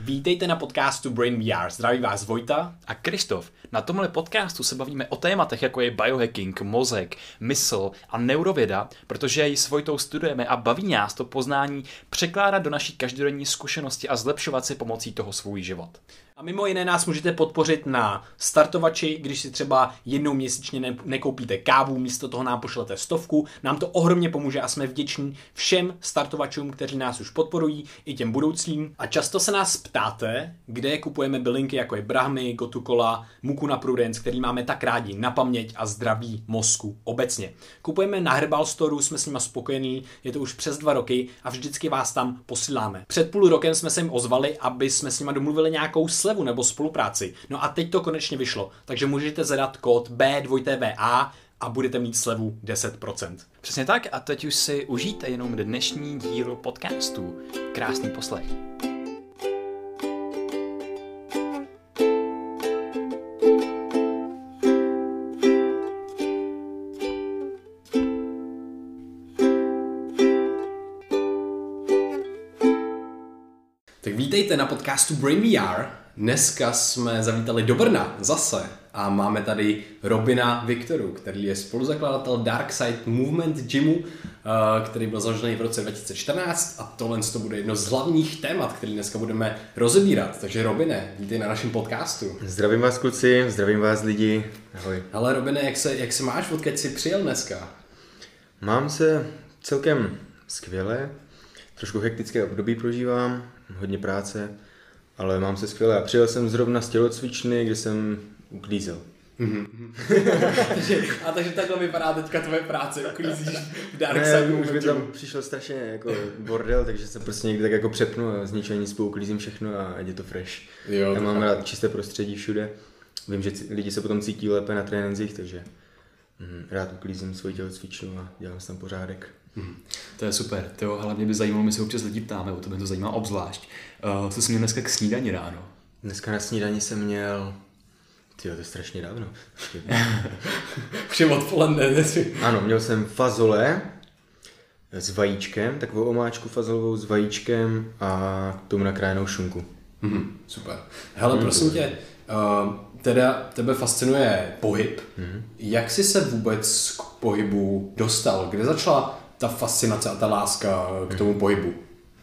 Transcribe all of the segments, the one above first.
Vítejte na podcastu Brain VR. Zdraví vás Vojta a Krištof. Na tomhle podcastu se bavíme o tématech, jako je biohacking, mozek, mysl a neurověda, protože ji s Vojtou studujeme a baví nás to poznání překládat do naší každodenní zkušenosti a zlepšovat si pomocí toho svůj život. A mimo jiné nás můžete podpořit na startovači, když si třeba jednou měsíčně nekoupíte kávu, místo toho nám pošlete 100, nám to ohromně pomůže a jsme vděční všem startovačům, kteří nás už podporují, i těm budoucím. A často se nás ptáte, kde kupujeme bylinky, jako je Brahmy, Gotu-kola, Mucuna prudens, který máme tak rádi na paměť a zdraví mozku obecně. Kupujeme na Herbal Storeu, jsme s nima spokojení, je to už přes 2 roky a vždycky vás tam posíláme. Před půl rokem jsme se jim ozvali, aby jsme s nima domluvili nějakou slevu nebo spolupráci. No a teď to konečně vyšlo, takže můžete zadat kód B2TVA a budete mít slevu 10%. Přesně tak a teď už si užijte jenom dnešní díl podcastu. Krásný poslech. Tak vítejte na podcastu Brain VR. Dneska jsme zavítali do Brna zase a máme tady Robina Viktoru, který je spoluzakladatel Dark Side Movement Gymu, který byl založený v roce 2014 a tohle to bude jedno z hlavních témat, který dneska budeme rozebírat. Takže Robine, vítej na našem podcastu. Zdravím vás kluci, zdravím vás lidi, ahoj. Ale Robine, jak se máš, odkud jsi přijel dneska? Mám se celkem skvěle, trošku hektické období prožívám, hodně práce, ale mám se skvěle. A přijel jsem zrovna z tělocvičny, kde jsem uklízel. takže takhle vypadá teďka tvoje práce, uklízíš v Dark Side. Ne, už mi tam přišel strašně jako bordel, takže se prostě někdy tak jako přepnu a z ničeho nic uklízím všechno a je to fresh. Jo, já mám rád čisté prostředí všude. Vím, že lidi se potom cítí lépe na trénincích, takže rád uklízím svoji tělocvičnu a dělám si tam pořádek. To je super. To hlavně by zajímalo, my se občas lidi ptáme, o to mě to zajímá obzvlášť. Co jsi měl dneska k snídani ráno? Dneska na snídani jsem měl... Tyjo, to je strašně dávno. Všem odpoledne. Ano, měl jsem fazole s vajíčkem, takovou omáčku fazolovou s vajíčkem a k tomu nakrájenou šunku. Super. Hele, prosím tě, tebe fascinuje pohyb. Jak jsi se vůbec k pohybu dostal? Kde začala ta fascinace a ta láska k tomu pohybu?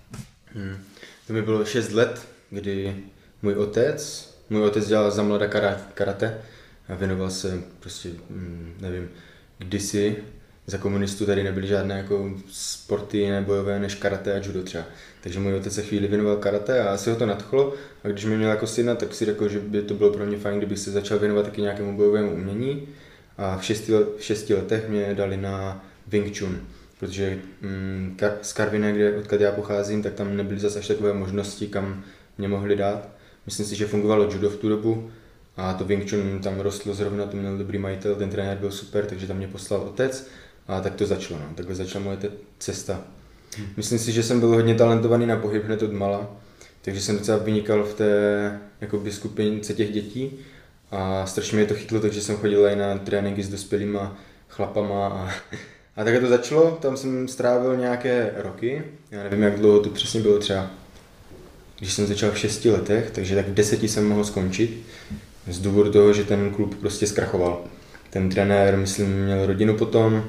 To mi bylo 6 let, kdy můj otec dělal za mladá karate a věnoval se prostě, nevím, kdysi za komunistů tady nebyly žádné jako sporty nebojové než karate a judo třeba. Takže můj otec se chvíli věnoval karate a asi ho to nadchlo a když mě měl jako syna, tak si řekl, že by to bylo pro mě fajn, kdybych se začal věnovat taky nějakému bojovému umění a v 6 letech mě dali na Wing Chun, protože z Karviné, odkud já pocházím, tak tam nebyly zase až takové možnosti, kam mě mohli dát. Myslím si, že fungovalo judo v tu dobu a to Wing Chun tam rostlo zrovna, to měl dobrý majitel, ten trenér byl super, takže tam mě poslal otec a tak to začalo. No. Takhle začala moje cesta. Myslím si, že jsem byl hodně talentovaný na pohyb hned od mala, takže jsem docela vynikal v té jakoby, skupince těch dětí a strašně mě to chytlo, takže jsem chodil i na tréninky s dospělýma chlapama a takhle to začalo, tam jsem strávil nějaké roky, já nevím, jak dlouho to přesně bylo, třeba když jsem začal v 6 letech, takže tak v 10 jsem mohl skončit z důvodu toho, že ten klub prostě zkrachoval. Ten trenér, myslím, měl rodinu potom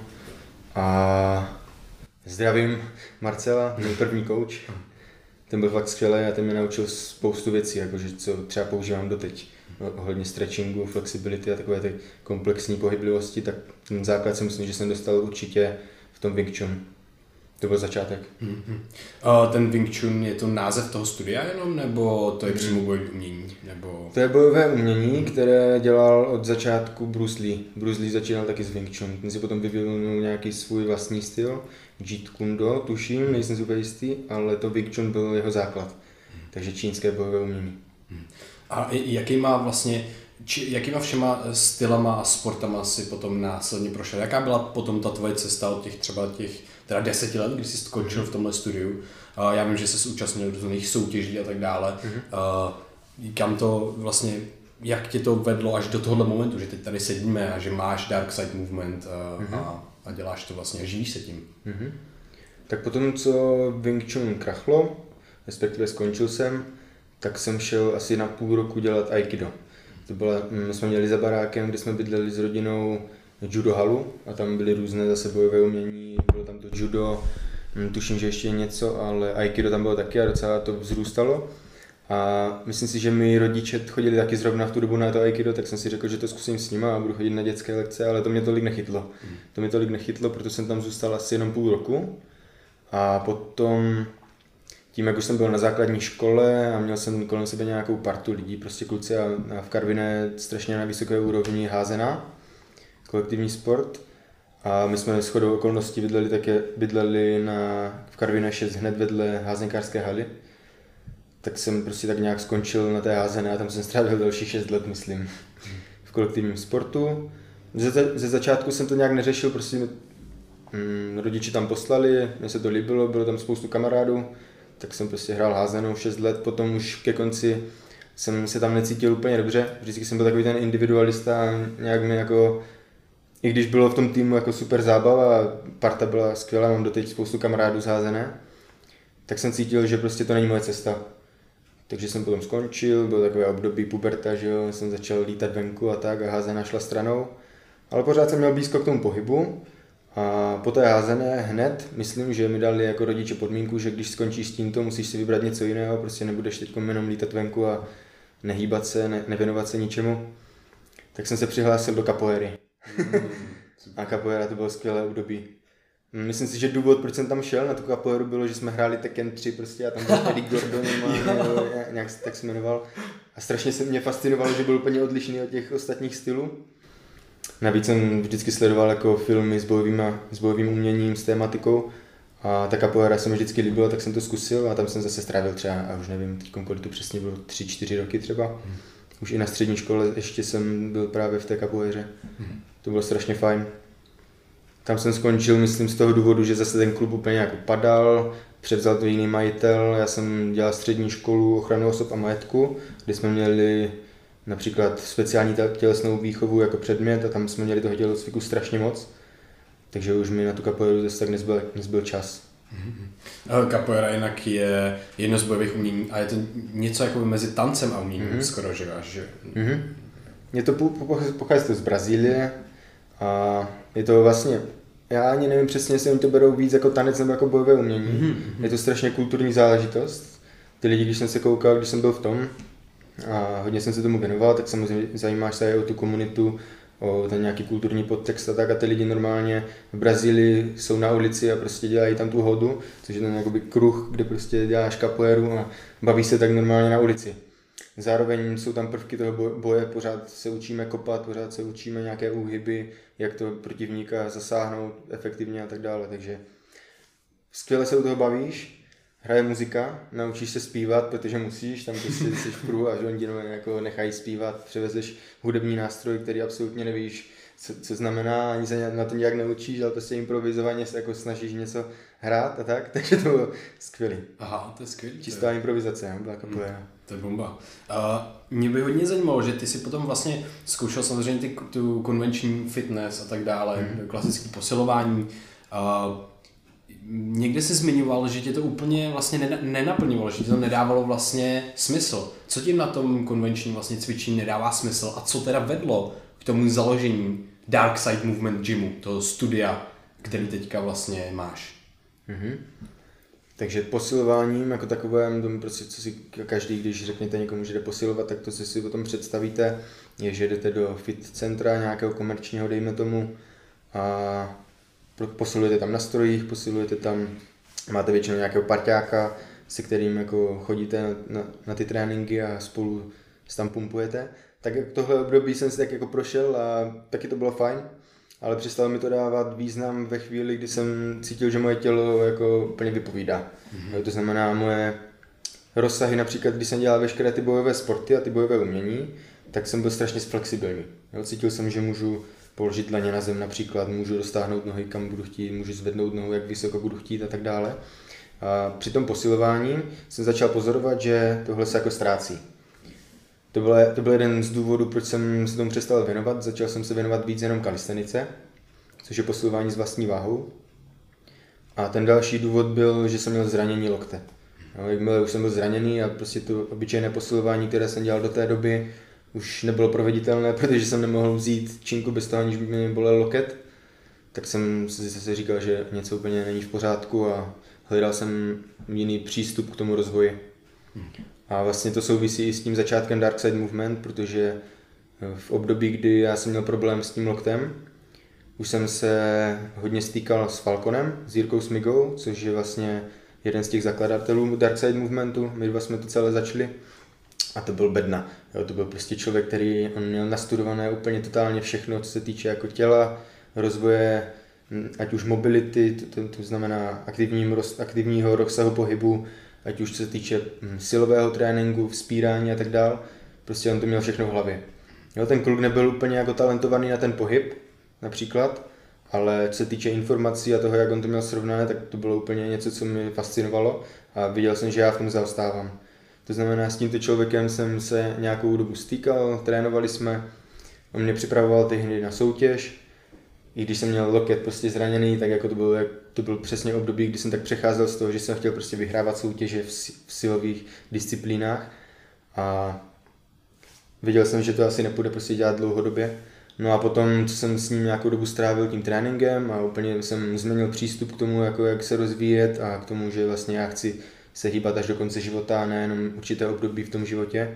a zdravím Marcela, můj první coach. Ten byl fakt skvělý a ten mě naučil spoustu věcí, jakože co třeba používám doteď. Ohledně stretchingu, flexibility a takové ty komplexní pohyblivosti, tak ten základ si myslím, že jsem dostal určitě v tom Wing Chun. To byl začátek. Ten Wing Chun je to název toho studia jenom, nebo to je přímo bojové umění? Nebo... To je bojové umění, které dělal od začátku Bruce Lee. Bruce Lee začínal taky s Wing Chun. Ten si potom vyvinul nějaký svůj vlastní styl, Jeet Kune Do, tuším, nejsem super jistý, ale to Wing Chun byl jeho základ. Takže čínské bojové umění. A jakýma všema stylama a sportama si potom následně prošel? Jaká byla potom ta tvoje cesta od těch třeba 10 let, když jsi skončil v tomhle studiu? Já vím, že jsi účastnil různých soutěží a tak dále. Kam to vlastně, jak tě to vedlo až do tohohle momentu, že teď tady sedíme a že máš Dark Side Movement a děláš to vlastně a živíš se tím? Tak potom, co Wing Chun krachlo, respektive skončil jsem, tak jsem šel asi na půl roku dělat aikido. My jsme měli za barákem, kde jsme bydleli s rodinou, judo halu a tam byly různé zase bojové umění, bylo tam to judo, tuším, že ještě něco, ale aikido tam bylo taky a docela to vzrůstalo. A myslím si, že mi rodiče chodili taky zrovna v tu dobu na to aikido, tak jsem si řekl, že to zkusím s nima a budu chodit na dětské lekce, ale to mě tolik nechytlo. Proto jsem tam zůstal asi jenom půl roku. A potom, tím jak už jsem byl na základní škole a měl jsem kolem sebe nějakou partu lidí, prostě kluci a v Karviné strašně na vysoké úrovni házená, kolektivní sport. A my jsme shodou okolností bydleli v Karviné 6 hned vedle házenkářské haly. Tak jsem prostě tak nějak skončil na té házené a tam jsem strávil další 6 let, myslím, v kolektivním sportu. Ze začátku jsem to nějak neřešil, prostě rodiče tam poslali, mně se to líbilo, bylo tam spoustu kamarádů, tak jsem prostě hrál házenou 6 let, potom už ke konci jsem se tam necítil úplně dobře, vždycky jsem byl takový ten individualista a nějak mi jako, i když bylo v tom týmu jako super zábava a parta byla skvělá, mám doteď spoustu kamarádů z házené, tak jsem cítil, že prostě to není moje cesta. Takže jsem potom skončil, bylo takové období puberta, že jo, jsem začal lítat venku a tak a házená šla stranou. Ale pořád jsem měl blízko k tomu pohybu a po té házené hned, myslím, že mi dali jako rodiče podmínku, že když skončíš s tímto, musíš si vybrat něco jiného, prostě nebudeš teď jenom lítat venku a nehýbat se, nevěnovat se ničemu. Tak jsem se přihlásil do capoeiry. A capoeira to bylo skvělé období. Myslím si, že důvod, proč jsem tam šel na tu capoeiru, bylo, že jsme hráli Tekken 3 prostě a tam byl Eddie Gordon, nějak se tak se jmenoval. A strašně se mě fascinovalo, že byl úplně odlišný od těch ostatních stylů. Navíc jsem vždycky sledoval jako filmy s bojovým uměním, s tématikou. A ta capoeira se mi vždycky líbila, tak jsem to zkusil a tam jsem zase strávil třeba, a už nevím, teď kolik to přesně bylo, 3-4 roky třeba. Už i na střední škole ještě jsem byl právě v té capoeiře. To bylo strašně fajn. Tam jsem skončil, myslím, z toho důvodu, že zase ten klub úplně jako padal, převzal to jiný majitel, já jsem dělal střední školu ochrany osob a majetku, kde jsme měli například speciální tělesnou výchovu jako předmět a tam jsme měli toho tělocviku strašně moc, takže už mi na tu capoeiru zase tak nezbyl čas. Capoeira jinak je jedno z bojových umění a je to něco jako mezi tancem a uměním skoro, že až že... Je to pochází to z Brazílie a je to vlastně, já ani nevím přesně, jestli oni to berou víc jako tanec nebo jako bojové umění. Je to strašně kulturní záležitost. Ty lidi, když jsem se koukal, když jsem byl v tom a hodně jsem se tomu věnoval, tak samozřejmě zajímáš se i o tu komunitu, o ten nějaký kulturní podtext a tak a ty lidi normálně v Brazílii jsou na ulici a prostě dělají tam tu hodu, což je ten jakoby kruh, kde prostě děláš capoeiru a baví se tak normálně na ulici. Zároveň jsou tam prvky toho boje, pořád se učíme kopat, pořád se učíme nějaké úhyby, jak toho protivníka zasáhnout efektivně a tak dále, takže skvěle se u toho bavíš, hraje muzika, naučíš se zpívat, protože musíš, tam prostě jsi v kruhu a žondi jako nechají zpívat, převezeš hudební nástroj, který absolutně nevíš, co znamená, ani se na to nějak neučíš, ale prostě improvizovaně se jako snažíš něco hrát a tak, takže to bylo skvělý. Aha, to je skvělý. Čistá improvizace, byla capoeira. To je bomba. Mě by hodně zajímalo, že ty si potom vlastně zkoušel samozřejmě tu konvenční fitness a tak dále, klasické posilování. Někde jsi zmiňoval, že tě to úplně vlastně nenaplňovalo, že ti to nedávalo vlastně smysl. Co ti na tom konvenčním vlastně cvičení nedává smysl a co teda vedlo k tomu založení Dark Side Movement Gymu, toho studia, který teďka vlastně máš? Takže posilováním jako takovém, prostě co si každý, když řeknete někomu, že jde posilovat, tak to si potom představíte, je, že jdete do fit centra nějakého komerčního, dejme tomu, a posilujete tam na strojích, posilujete tam, máte většinou nějakého parťáka, se kterým jako chodíte na ty tréninky a spolu tam pumpujete. Tak tohle období jsem si tak jako prošel a taky to bylo fajn. Ale přestalo mi to dávat význam ve chvíli, kdy jsem cítil, že moje tělo jako úplně vypovídá. To znamená moje rozsahy, například když jsem dělal veškeré ty bojové sporty a ty bojové umění, tak jsem byl strašně flexibilní. Cítil jsem, že můžu položit dlaně na zem například, můžu roztáhnout nohy kam budu chtít, můžu zvednout nohu jak vysoko budu chtít a tak dále. A při tom posilování jsem začal pozorovat, že tohle se jako ztrácí. To byl jeden z důvodů, proč jsem se tomu přestal věnovat. Začal jsem se věnovat víc jenom kalistenice, což je posilování s vlastní váhou. A ten další důvod byl, že jsem měl zranění lokte. Jakmile už jsem byl zraněný a prostě to obyčejné posilování, které jsem dělal do té doby, už nebylo proveditelné, protože jsem nemohl vzít činku bez toho, aniž by mě bolel loket, tak jsem si zase říkal, že něco úplně není v pořádku a hledal jsem jiný přístup k tomu rozvoji. A vlastně to souvisí i s tím začátkem Dark Side Movement, protože v období, kdy já jsem měl problém s tím loktem, už jsem se hodně stýkal s Falconem, s Jirkou Smigou, což je vlastně jeden z těch zakladatelů Dark Side Movementu. My dva jsme to celé začali a to byl bedna. Jo, to byl prostě člověk, který on měl nastudované úplně totálně všechno, co se týče jako těla, rozvoje, ať už mobility, to znamená aktivního rozsahu pohybu, ať už co se týče silového tréninku, vzpírání a tak dál. Prostě on to měl všechno v hlavě. Jo, ten kluk nebyl úplně jako talentovaný na ten pohyb, například, ale co se týče informací a toho, jak on to měl srovnané, tak to bylo úplně něco, co mě fascinovalo a viděl jsem, že já v tom zaostávám. To znamená, s tímto člověkem jsem se nějakou dobu stýkal, trénovali jsme, on mě připravoval tehdy na soutěž, i když jsem měl loket prostě zraněný, tak jako to byl přesně období, kdy jsem tak přecházel z toho, že jsem chtěl prostě vyhrávat soutěže v silových disciplínách a viděl jsem, že to asi nepůjde prostě dělat dlouhodobě. No a potom, co jsem s ním nějakou dobu strávil tím tréninkem a úplně jsem změnil přístup k tomu, jako jak se rozvíjet a k tomu, že vlastně já chci se hýbat až do konce života a nejenom určité období v tom životě.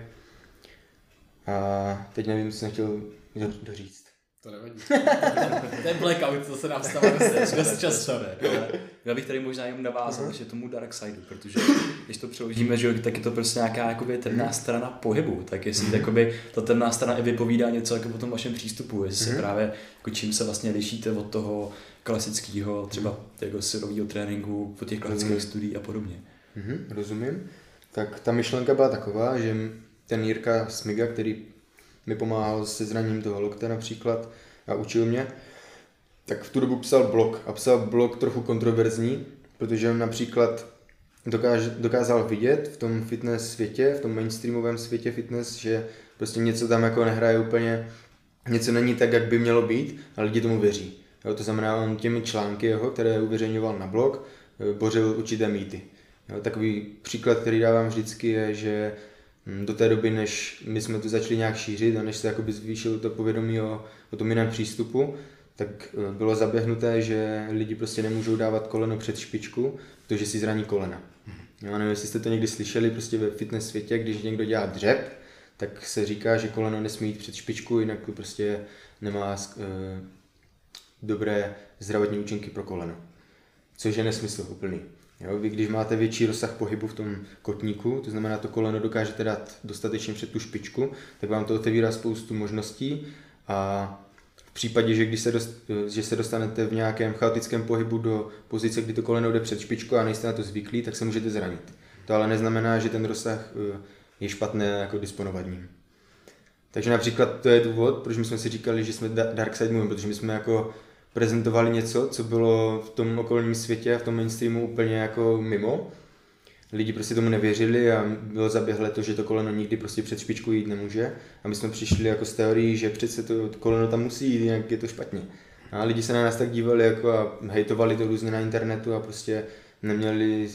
A teď nevím, co jsem chtěl doříct. To nevadí. To je blackout, to se nám stává dost často. Já bych tady možná jenom navázal že tomu Dark Sideu, protože když to přeložíme, že, tak je to prostě nějaká jakoby, temná strana pohybu, tak jestli jakoby, ta temná strana i vypovídá něco jako o tom vašem přístupu, jestli se právě jako čím se vlastně lišíte od toho klasického třeba jako silového tréninku, od těch klasických studií a podobně. Rozumím. Tak ta myšlenka byla taková, že ten Jirka Smiga, který mi pomáhal se zraněním toho lokte například a učil mě, tak v tu dobu psal blog a psal blog trochu kontroverzní, protože on například dokázal vidět v tom fitness světě, v tom mainstreamovém světě fitness, že prostě něco tam jako nehraje úplně, něco není tak, jak by mělo být, a lidi tomu věří. Jo, to znamená, on těmi články jeho, které uveřejňoval na blog, bořil určité mýty. Jo, takový příklad, který dávám vždycky, je, že do té doby, než my jsme to začali nějak šířit a než se jakoby zvýšilo to povědomí o tom jiném přístupu, tak bylo zaběhnuté, že lidi prostě nemůžou dávat koleno před špičku, protože si zraní kolena. Jo, nevím, jestli jste to někdy slyšeli, prostě ve fitness světě, když někdo dělá dřep, tak se říká, že koleno nesmí jít před špičku, jinak to prostě nemá dobré zdravotní účinky pro koleno. Což je nesmysl úplný. Jo, vy když máte větší rozsah pohybu v tom kotníku, to znamená to koleno dokážete dát dostatečně před tu špičku, tak vám to otevírá spoustu možností a v případě, že se dostanete v nějakém chaotickém pohybu do pozice, kdy to koleno jde před špičku a nejste na to zvyklí, tak se můžete zranit. To ale neznamená, že ten rozsah je špatné jako disponovat ním. Takže například to je důvod, proč my jsme si říkali, že jsme Dark Side Movement, protože my jsme jako prezentovali něco, co bylo v tom okolním světě, v tom mainstreamu úplně jako mimo. Lidi prostě tomu nevěřili a bylo zaběhlé to, že to koleno nikdy prostě před špičku jít nemůže. A my jsme přišli jako s teorií, že přece to koleno tam musí jít, jinak je to špatně. A lidi se na nás tak dívali jako a hejtovali to různě na internetu a prostě neměli,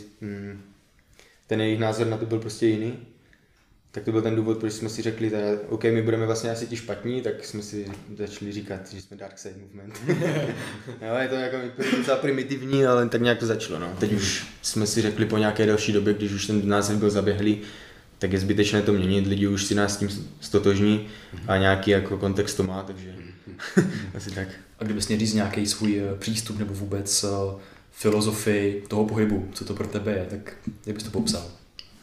ten jejich názor na to byl prostě jiný. Tak to byl ten důvod, proč jsme si řekli, OK, my budeme vlastně asi ti špatní, tak jsme si začali říkat, že jsme Dark Side Movement. Jo, je to jako docela primitivní, ale tak nějak to začalo. No. Teď už jsme si řekli po nějaké další době, když už ten název byl zaběhlý, tak je zbytečné to měnit, lidi už si nás s tím stotožní a nějaký jako kontext to má, takže asi tak. A kdybys měl říct nějaký svůj přístup nebo vůbec filozofii toho pohybu, co to pro tebe je, tak jak bys to popsal?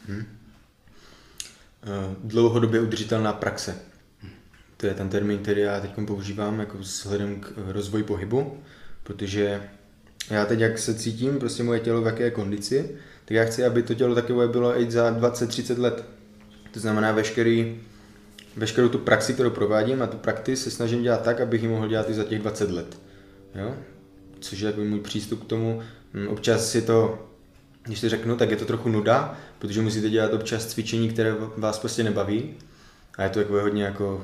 Dlouhodobě udržitelná praxe. To je ten termín, který já teď používám jako vzhledem k rozvoji pohybu, protože já teď, jak se cítím, prostě moje tělo v jaké kondici, tak já chci, aby to tělo takové bylo i za 20-30 let. To znamená veškerou tu praxi, kterou provádím a tu praxi se snažím dělat tak, abych ji mohl dělat i za těch 20 let. Jo? Což je můj přístup k tomu. Občas si to, když to řeknu, tak je to trochu nuda, protože musíte dělat občas cvičení, které vás prostě nebaví. A je to jako hodně jako,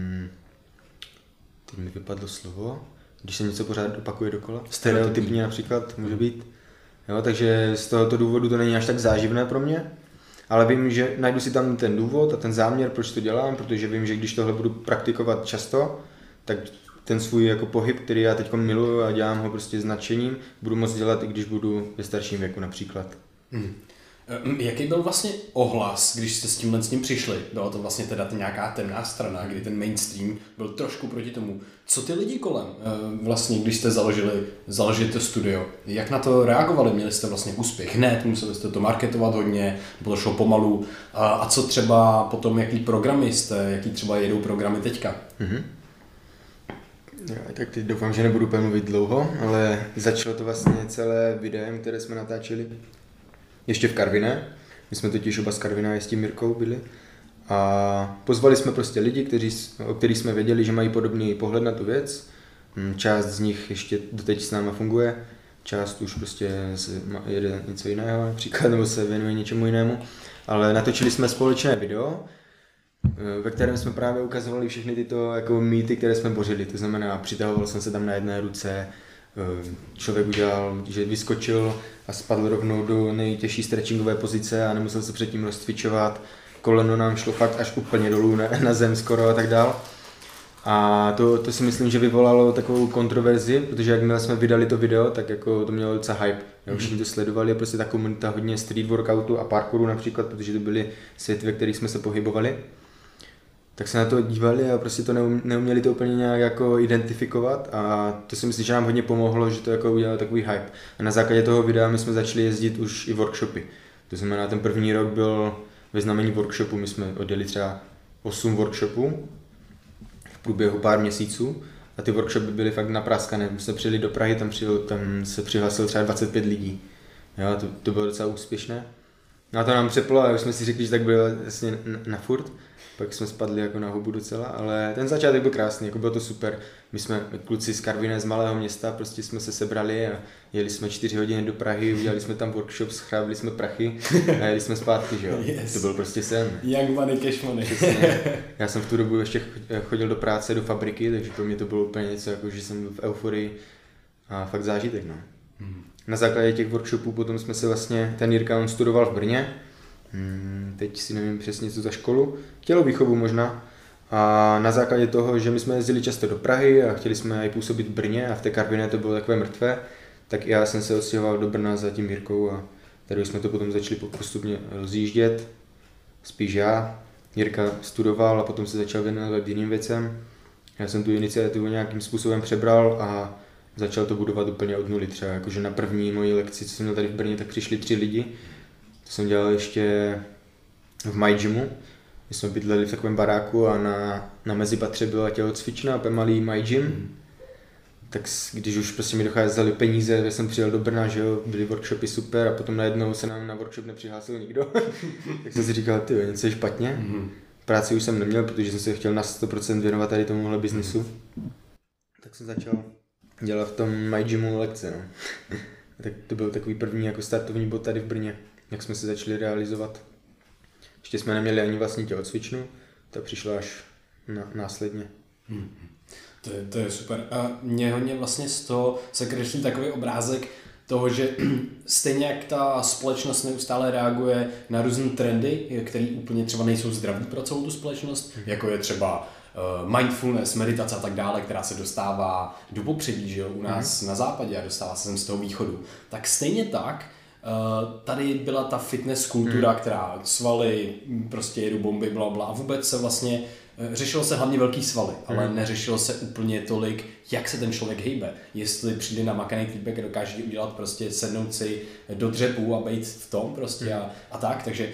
teď mi vypadlo slovo, když se něco pořád opakuje dokola. Stereotypně například může být. Jo, takže z tohoto důvodu to není až tak záživné pro mě, ale vím, že najdu si tam ten důvod a ten záměr, proč to dělám, protože vím, že když tohle budu praktikovat často, tak ten svůj jako pohyb, který já teď miluju a dělám ho prostě s nadšením, budu moct dělat, i když budu ve starším věku například. Jaký byl vlastně ohlas, když jste s tím přišli? Byla to vlastně teda nějaká temná strana, kdy ten mainstream byl trošku proti tomu. Co ty lidi kolem vlastně, když jste založili to studio, jak na to reagovali? Měli jste vlastně úspěch hned, museli jste to marketovat hodně, bylo to šlo pomalu. A co třeba potom, jaký programy jste, jaký třeba jedou programy teďka? Tak teď doufám, že nebudu úplně mluvit dlouho, ale začalo to vlastně celé videem, které jsme natáčeli ještě v Karviné. My jsme totiž oba z Karviné s tím Mirkou byli. A pozvali jsme prostě lidi, o kterých jsme věděli, že mají podobný pohled na tu věc. Část z nich ještě doteď s náma funguje, část už prostě jede něco jiného například, nebo se věnuje něčemu jinému. Ale natočili jsme společné video, ve kterém jsme právě ukazovali všechny tyto jako mýty, které jsme bořili. To znamená, přitahoval jsem se tam na jedné ruce, člověk udělal, že vyskočil a spadl rovnou do nejtěžší stretchingové pozice a nemusel se předtím rozcvičovat. Koleno nám šlo fakt až úplně dolů na zem skoro a tak dál. A to si myslím, že vyvolalo takovou kontroverzi, protože jakmile jsme vydali to video, tak jako to mělo docela hype. Všichni to sledovali a prostě ta komunita hodně street workoutu a parkouru například, protože to byly světy, ve kterých jsme se pohybovali. Tak se na to dívali a prostě to neuměli to úplně nějak jako identifikovat a to si myslím, že nám hodně pomohlo, že to jako udělalo takový hype. A na základě toho videa my jsme začali jezdit už i workshopy. To znamená, ten první rok byl ve znamení workshopu, my jsme odjeli třeba 8 workshopů v průběhu pár měsíců a ty workshopy byly fakt napraskané. My jsme přijeli do Prahy, tam se přihlásilo třeba 25 lidí. Jo, to bylo docela úspěšné. No a to nám přeplo a už jsme si řekli, že tak bylo vlastně na furt. Pak jsme spadli jako na hubu docela, ale ten začátek byl krásný, jako bylo to super. My jsme kluci z Karviné, z malého města, prostě jsme se sebrali a jeli jsme 4 hodiny do Prahy, udělali jsme tam workshop, schrábili jsme prachy a jeli jsme zpátky, že jo. Yes. To byl prostě sen. Young money, cash money. Já jsem v tu dobu ještě chodil do práce, do fabriky, takže pro mě to bylo úplně něco, jako že jsem v euforii a fakt zážitek, no. Na základě těch workshopů potom jsme se vlastně, ten Jirka, on studoval v Brně, teď si nevím přesně co za školu, tělovýchovu možná. A na základě toho, že my jsme jezdili často do Prahy a chtěli jsme i působit v Brně a v té Karviné to bylo takové mrtvé, tak já jsem se odstěhoval do Brna za tím Jirkou a tady jsme to potom začali postupně rozjíždět, spíš já. Jirka studoval a potom se začal věnovat jiným věcem. Já jsem tu iniciativu nějakým způsobem přebral a začal to budovat úplně od nuly třeba, jakože na první moji lekci, co jsem měl tady v Brně, tak přišli 3 lidi. To jsem dělal ještě v My Gymu. My jsme bydleli v takovém baráku a na mezipatře byla tělocvična a malý My Gym. Tak když už prostě mi docházely peníze, že jsem přijel do Brna, že jo, byly workshopy super a potom najednou se nám na workshop nepřihlásil nikdo. Tak jsem si říkal, ty něco je špatně. Práci už jsem neměl, protože jsem se chtěl na 100% věnovat tady tomuhle biznisu. Tak jsem začal dělat v tom My Gymu lekce, no. Tak to byl takový první jako startovní bod tady v Brně, jak jsme se začali realizovat. Ještě jsme neměli ani vlastní tělocvičnu, ta přišla až následně. To je super. A mě hodně vlastně z toho se kreslí takový obrázek toho, že stejně jak ta společnost neustále reaguje na různé trendy, které úplně třeba nejsou zdraví pro celou tu společnost, jako je třeba mindfulness, meditace a tak dále, která se dostává do popředí, že jo, u nás na západě a dostává se sem z toho východu. Tak stejně tak tady byla ta fitness kultura, která svaly, prostě jedu bomby, blabla a vůbec se vlastně řešilo se hlavně velký svaly, ale neřešilo se úplně tolik, jak se ten člověk hejbe. Jestli přijde namakaný týpek a dokáže udělat prostě sednout si do dřepů a být v tom prostě a tak, takže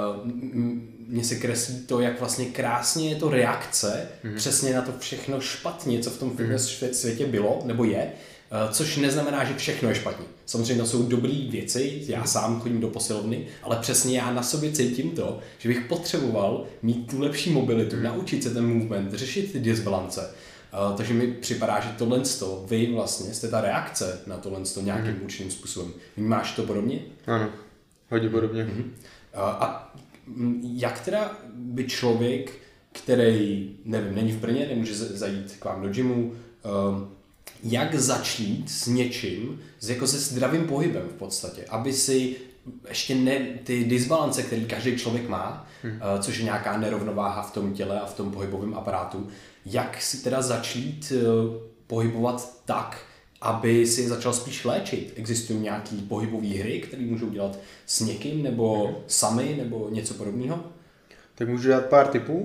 mně se kreslí to, jak vlastně krásně je to reakce přesně na to všechno špatně, co v tom fitness světě bylo, nebo je, což neznamená, že všechno je špatně. Samozřejmě to jsou dobré věci, já sám chodím do posilovny, ale přesně já na sobě cítím to, že bych potřeboval mít tu lepší mobilitu, naučit se ten movement, řešit ty disbalance. Takže mi připadá, že tohle vy vlastně jste ta reakce na tohle nějakým určitým způsobem. Vnímáš to podobně? Ano, hodně podobně. A jak teda by člověk, který, nevím, není v Brně, nemůže zajít k vám do gymu, jak začít s něčím, jako se zdravým pohybem v podstatě, aby si ještě ty disbalance, který každý člověk má, což je nějaká nerovnováha v tom těle a v tom pohybovém aparátu, jak si teda začít pohybovat tak, aby si začal spíš léčit. Existují nějaký pohybové hry, které můžou dělat s někým, nebo sami, nebo něco podobného? Tak můžu dát pár tipů.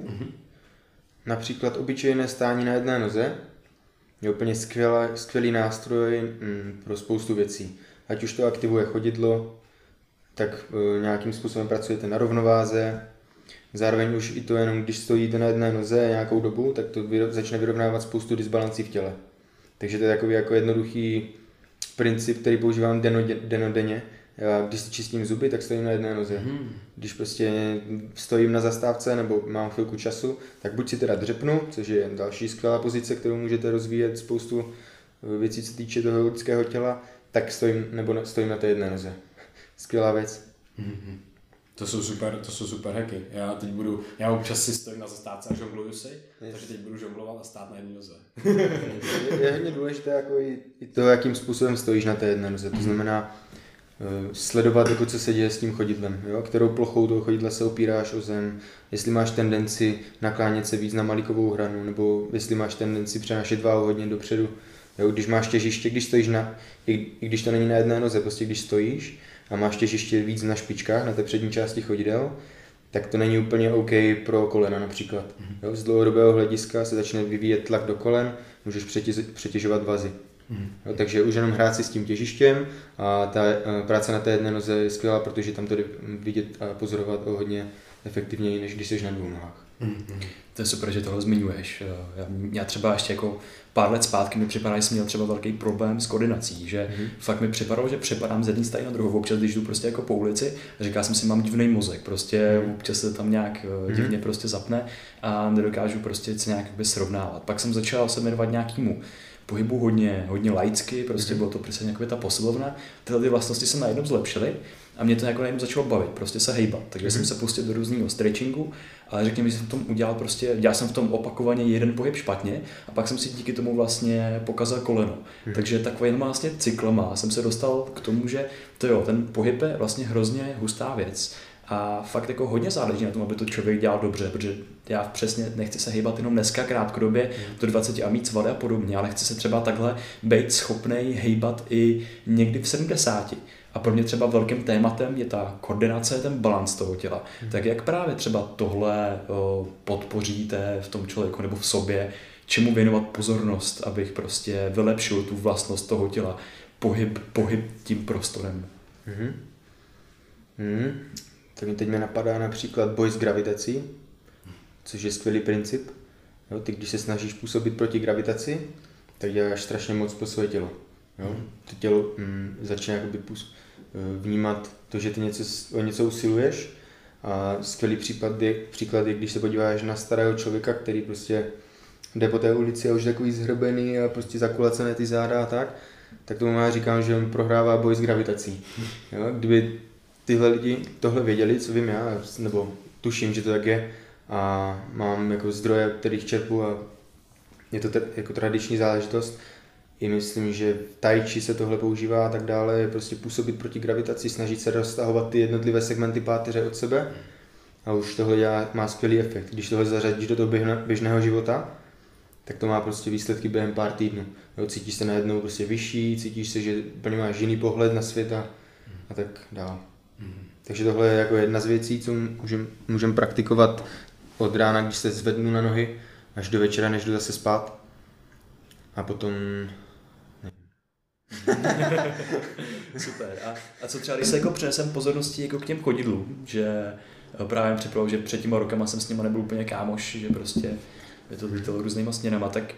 Například obyčejné stání na jedné noze je úplně skvělý nástroj pro spoustu věcí. Ať už to aktivuje chodidlo, tak nějakým způsobem pracujete na rovnováze. Zároveň už i to jenom, když stojíte na jedné noze nějakou dobu, tak to začne vyrovnávat spoustu disbalancí v těle. Takže to je takový jako jednoduchý princip, který používám denodenně. Já když si čistím zuby, tak stojím na jedné noze. Když prostě stojím na zastávce nebo mám chvilku času, tak buď si teda dřepnu, což je další skvělá pozice, kterou můžete rozvíjet spoustu věcí, co týče toho lidského těla, tak stojím na té jedné noze. Skvělá věc. To jsou super hacky. Já občas si stojím na zastávce a žongluju si, takže teď budu žonglovat a stát na jedné noze. Je hodně důležité jako i to, jakým způsobem stojíš na té jedné noze. To znamená sledovat, jako co se děje s tím chodidlem. Jo? Kterou plochou toho chodidla se opíráš o zem, jestli máš tendenci naklánět se víc na malíkovou hranu, nebo jestli máš tendenci přenášet váhu hodně dopředu. Jo? Když máš těžiště, když stojíš i když to není na jedné noze, prostě když stojíš a máš těžiště víc na špičkách, na té přední části chodidel, tak to není úplně OK pro kolena například. Jo? Z dlouhodobého hlediska se začne vyvíjet tlak do kolen, můžeš přetěžovat vazy. Jo, takže už jenom hrát si s tím těžištěm a ta práce na té jedné noze je skvělá, protože tam to jde vidět a pozorovat o hodně efektivněji, než když jsi na dvou nohách. To je super, že tohle zmiňuješ. Já třeba ještě jako pár let zpátky mi připadá, že jsem měl třeba velký problém s koordinací, že fakt mi připadalo, že přepadám z jedné strany na druhou, občas když jdu prostě jako po ulici, říkal jsem si, mám divný mozek, prostě občas se tam nějak divně prostě zapne a nedokážu prostě se nějak srovnávat. Pak jsem začal se jmenovat nějakému pohybu hodně laicky, prostě bylo to přesně jako ta posilovna. Tyhle ty vlastnosti se najednou zlepšily a mě to jako najednou začalo bavit, prostě se hejbat. Takže jsem se pustil do různého stretchingu, ale řekněme, že jsem v tom dělal jsem v tom opakovaně jeden pohyb špatně a pak jsem si díky tomu vlastně pokazal koleno. Takže takovým vlastně cyklama jsem se dostal k tomu, že ten pohyb je vlastně hrozně hustá věc. A fakt jako hodně záleží na tom, aby to člověk dělal dobře, protože já přesně nechci se hejbat jenom dneska krátkodobě do 20 a mít svaly a podobně, ale chci se třeba takhle být schopnej hejbat i někdy v 70. A pro mě třeba velkým tématem je ta koordinace, ten balans toho těla. Tak jak právě třeba tohle podpoříte v tom člověku nebo v sobě, čemu věnovat pozornost, abych prostě vylepšil tu vlastnost toho těla, pohyb tím prostorem. Tak teď mi napadá například boj s gravitací, což je skvělý princip. Jo, ty když se snažíš působit proti gravitaci, tak děláš strašně moc pro svoje tělo. Jo? To tělo začne jakoby vnímat to, že ty o něco usiluješ. A skvělý příklad je, když se podíváš na starého člověka, který prostě jde po té ulici a už takový zhrbený a prostě zakulacené ty záda a tak tomu já říkám, že on prohrává boj s gravitací. Jo? Kdyby tyhle lidi tohle věděli, co vím já, nebo tuším, že to tak je a mám jako zdroje, kterých čerpu a je to jako tradiční záležitost. I myslím, že v tai chi se tohle používá a tak dále, je prostě působit proti gravitaci, snažit se roztahovat ty jednotlivé segmenty páteře od sebe a už tohle má skvělý efekt. Když tohle zařadíš do toho běžného života, tak to má prostě výsledky během pár týdnů. Jo, cítíš se najednou prostě vyšší, cítíš se, že úplně máš jiný pohled na svět a tak dále. Takže tohle je jako jedna z věcí, co můžeme praktikovat od rána, když se zvednu na nohy, až do večera, než jdu zase spát. A potom... Super. A co třeba, když se jako přenesem pozorností jako k těm chodidlům, že právě připravil, že před těma rokama jsem s nima nebyl úplně kámoš, že prostě je to lítalo různýma směrama, tak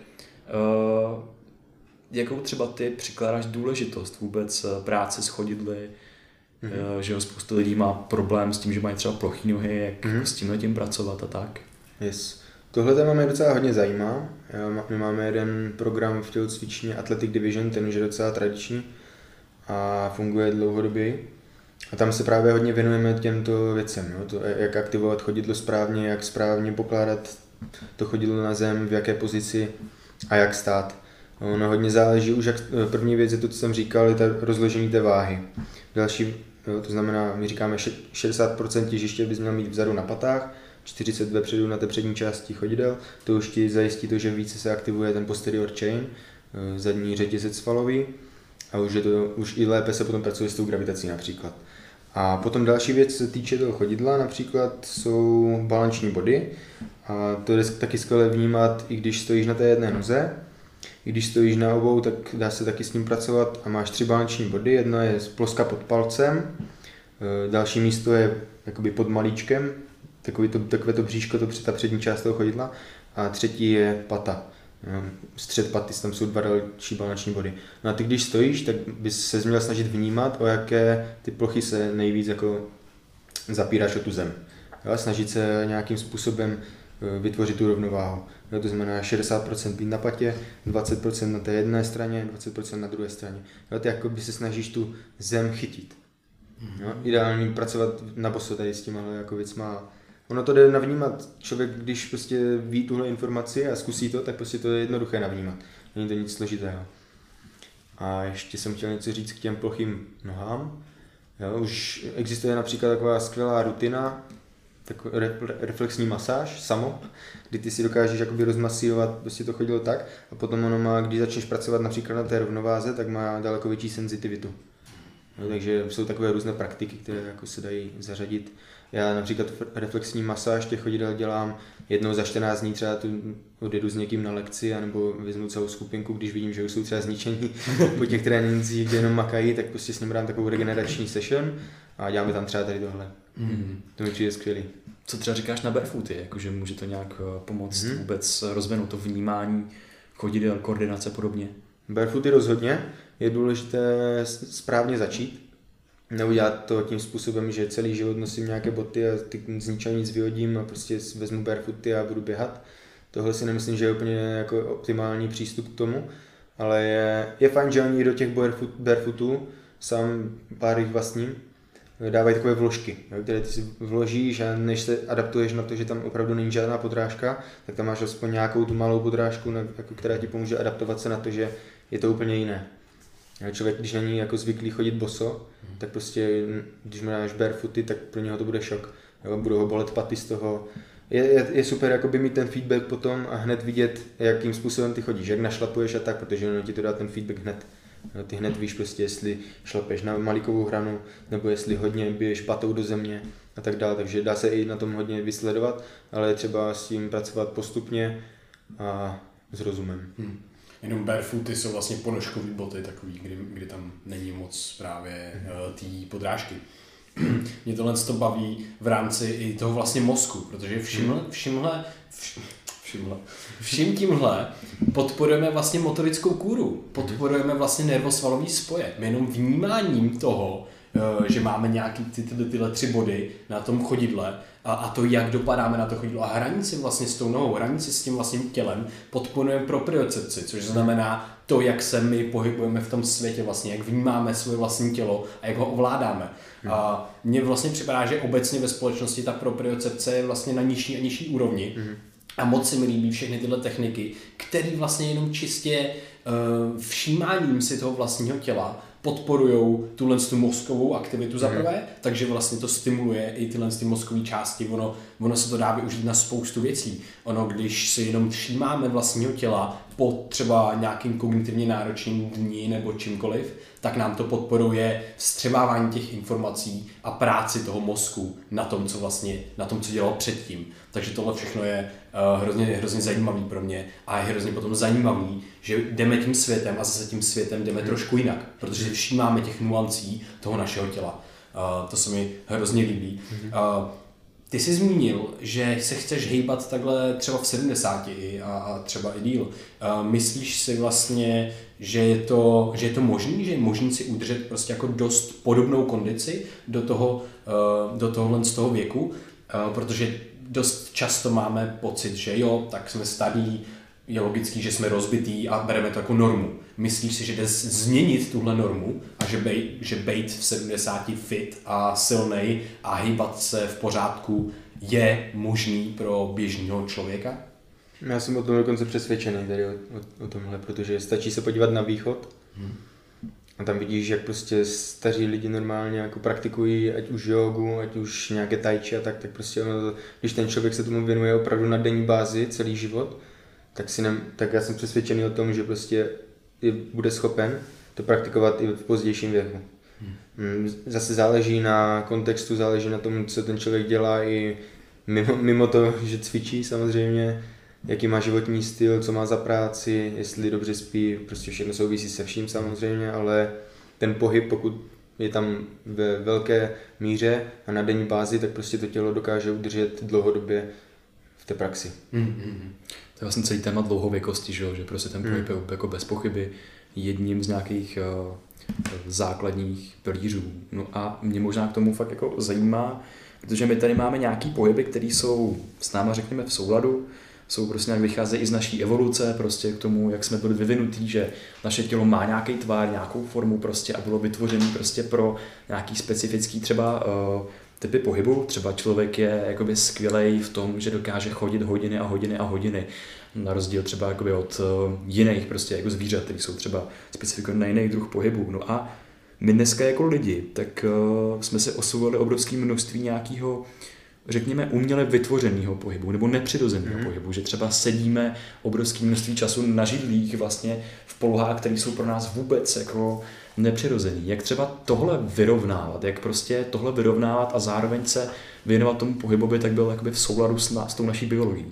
jakou třeba ty přikládáš důležitost vůbec práce s chodidly, že spoustu lidí má problém s tím, že mají třeba plochý nohy, jak s tímhletím pracovat a tak? Yes. Tohle téma mě docela hodně zajímá. My máme jeden program v tělocvičně Athletic Division, ten už je docela tradiční a funguje dlouhodobě. A tam se právě hodně věnujeme těmto věcem, jo? To, jak aktivovat chodidlo správně, jak správně pokládat to chodidlo na zem, v jaké pozici a jak stát. Ono hodně záleží už, jak první věc je to, co jsem říkal, je ta rozložení té váhy. Další, jo, to znamená, my říkáme 60% těžiště bys měl mít vzadu na patách, 40 vepředu na té přední části chodidel, to už ti zajistí to, že více se aktivuje ten posterior chain, zadní řetězec svalový, a už i lépe se potom pracuje s tou gravitací například. A potom další věc, co se týče toho chodidla, například jsou balanční body, a to je taky skvěle vnímat, i když stojíš na té jedné noze. I když stojíš na obou, tak dá se taky s tím pracovat a máš 3 balanční body. Jedno je ploska pod palcem, další místo je jakoby pod malíčkem, takové to bříško, ta přední část toho chodidla, a třetí je pata. Střed paty, tam jsou 2 další balanční body. No a ty když stojíš, tak bys se měl snažit vnímat, o jaké ty plochy se nejvíc jako zapíráš o tu zem. Jo? Snažit se nějakým způsobem vytvořit tu rovnováhu. Jo, to znamená 60% být na patě, 20% na té jedné straně, 20% na druhé straně. Jo, ty jakoby se snažíš tu zem chytit. Jo, ideální pracovat na boso tady s těma jako věcma. Ono to jde navnímat. Člověk, když prostě ví tuhle informaci a zkusí to, tak prostě to je jednoduché navnímat. Není to nic složitého. A ještě jsem chtěl něco říct k těm plochým nohám. Jo, už existuje například taková skvělá rutina, takový reflexní masáž, samo, kdy ty si dokážeš jakoby rozmasírovat prostě to chodidlo tak, a potom ono má, když začneš pracovat například na té rovnováze, tak má daleko větší senzitivitu. No, takže jsou takové různé praktiky, které jako se dají zařadit. Já například reflexní masáž těch chodidel dělám jednou za 14 dní, třeba tu odjedu s někým na lekci, anebo vezmu celou skupinku, když vidím, že už jsou třeba zničení po těch trénincích, kde jenom makají, tak prostě s ním dám takovou regenerační session a děláme tam třeba tady tohle. To mi přijde skvělý. Co třeba říkáš na barefooty, jakože může to nějak pomoct vůbec rozvinout to vnímání chodidel, koordinace podobně? Barefooty rozhodně, je důležité správně začít. Neudělat to tím způsobem, že celý život nosím nějaké boty a z ničeho nic vyhodím a prostě vezmu barefooty a budu běhat. Tohle si nemyslím, že je úplně jako optimální přístup k tomu, ale je fajn, že oni do těch barefootů, sám pár jich vlastním, dávají takové vložky, které ty si vložíš, a než se adaptuješ na to, že tam opravdu není žádná podrážka, tak tam máš aspoň nějakou tu malou podrážku, která ti pomůže adaptovat se na to, že je to úplně jiné. Člověk, když není jako zvyklý chodit boso, tak prostě, když máš barefooty, tak pro něho to bude šok. Jo? Budou ho bolet paty z toho. Je super jakoby mít ten feedback potom a hned vidět, jakým způsobem ty chodíš, jak našlapuješ a tak, protože ono ti to dá ten feedback hned. No, ty hned víš prostě, jestli šlapeš na malíkovou hranu, nebo jestli hodně biješ patou do země a tak dále, takže dá se i na tom hodně vysledovat, ale je třeba s tím pracovat postupně a s rozumem. Jenom barefooty jsou vlastně ponožkový boty takový, kdy tam není moc právě té podrážky. Mě tohle to baví v rámci i toho vlastně mozku, protože vším tímhle podporujeme vlastně motorickou kůru, podporujeme vlastně nervosvalový spoje. My jenom vnímáním toho, že máme nějaký tyhle 3 body na tom chodidle a to, jak dopadáme na to chodidlo a hranici vlastně s tou nohou, hranici s tím vlastním tělem podporujeme propriocepci, což znamená to, jak se my pohybujeme v tom světě vlastně, jak vnímáme svoje vlastní tělo a jak ho ovládáme. A mně vlastně připadá, že obecně ve společnosti ta propriocepce je vlastně na nižší a nižší úrovni. A moc se mi líbí všechny tyhle techniky, které vlastně jenom čistě všímáním si toho vlastního těla podporujou tuhle mozkovou aktivitu za prvé, takže vlastně to stimuluje i tyhle mozkové části, ono se to dá využít na spoustu věcí. Ono, když si jenom všímáme vlastního těla po třeba nějakým kognitivně náročným dni nebo čímkoliv, tak nám to podporuje vstřebávání těch informací a práci toho mozku na tom, co dělal předtím. Takže tohle všechno je hrozně zajímavý pro mě a je hrozně potom zajímavý, že jdeme tím světem a zase tím světem jdeme trošku jinak, protože si všímáme těch nuancí toho našeho těla. To se mi hrozně líbí. Ty jsi zmínil, že se chceš hejbat takhle třeba v 70 a třeba i díl. Myslíš si vlastně, že je to možný, že je možný si udržet prostě jako dost podobnou kondici do tohohle z toho věku, protože dost často máme pocit, že jo, tak jsme starý, je logický, že jsme rozbitý a bereme to jako normu. Myslíš si, že jde změnit tuhle normu a že bejt v 70 fit a silnej a hýbat se v pořádku je možný pro běžného člověka? Já jsem o tom dokonce přesvědčený tady o tomhle, protože stačí se podívat na východ a tam vidíš, jak prostě staří lidi normálně jako praktikují, ať už jogu, ať už nějaké tai chi a tak prostě ono, když ten člověk se tomu věnuje opravdu na denní bázi celý život, tak já jsem přesvědčený o tom, že prostě bude schopen to praktikovat i v pozdějším věku. Zase záleží na kontextu, záleží na tom, co ten člověk dělá i mimo to, že cvičí samozřejmě, jaký má životní styl, co má za práci, jestli dobře spí, prostě všechno souvisí se vším samozřejmě, ale ten pohyb, pokud je tam ve velké míře a na denní bázi, tak prostě to tělo dokáže udržet dlouhodobě v té praxi. To je vlastně celý téma dlouhověkosti, že prostě ten pohyb je jako bez pochyby jedním z nějakých základních pilířů. No a mě možná k tomu fakt jako zajímá, protože my tady máme nějaký pohyby, které jsou s náma, řekněme, v souladu, jsou prostě nějak vycházejí i z naší evoluce, prostě k tomu, jak jsme byli vyvinutí, že naše tělo má nějaký tvar, nějakou formu prostě a bylo vytvořené prostě pro nějaký specifický třeba typy pohybu. Třeba člověk je jakoby skvělej v tom, že dokáže chodit hodiny a hodiny a hodiny. Na rozdíl třeba jakoby od jiných prostě jako zvířat, které jsou třeba specifikované na jiný druh pohybu. No a my dneska jako lidi, tak jsme si osvojili obrovské množství nějakého, řekněme, uměle vytvořeného pohybu nebo nepřirozeného pohybu, že třeba sedíme obrovské množství času na židlích vlastně v polohách, které jsou pro nás vůbec jako nepřirozený. Jak třeba tohle vyrovnávat, jak prostě tohle vyrovnávat a zároveň se věnovat tomu pohybu, by tak byl jakoby v souladu s tou naší biologií.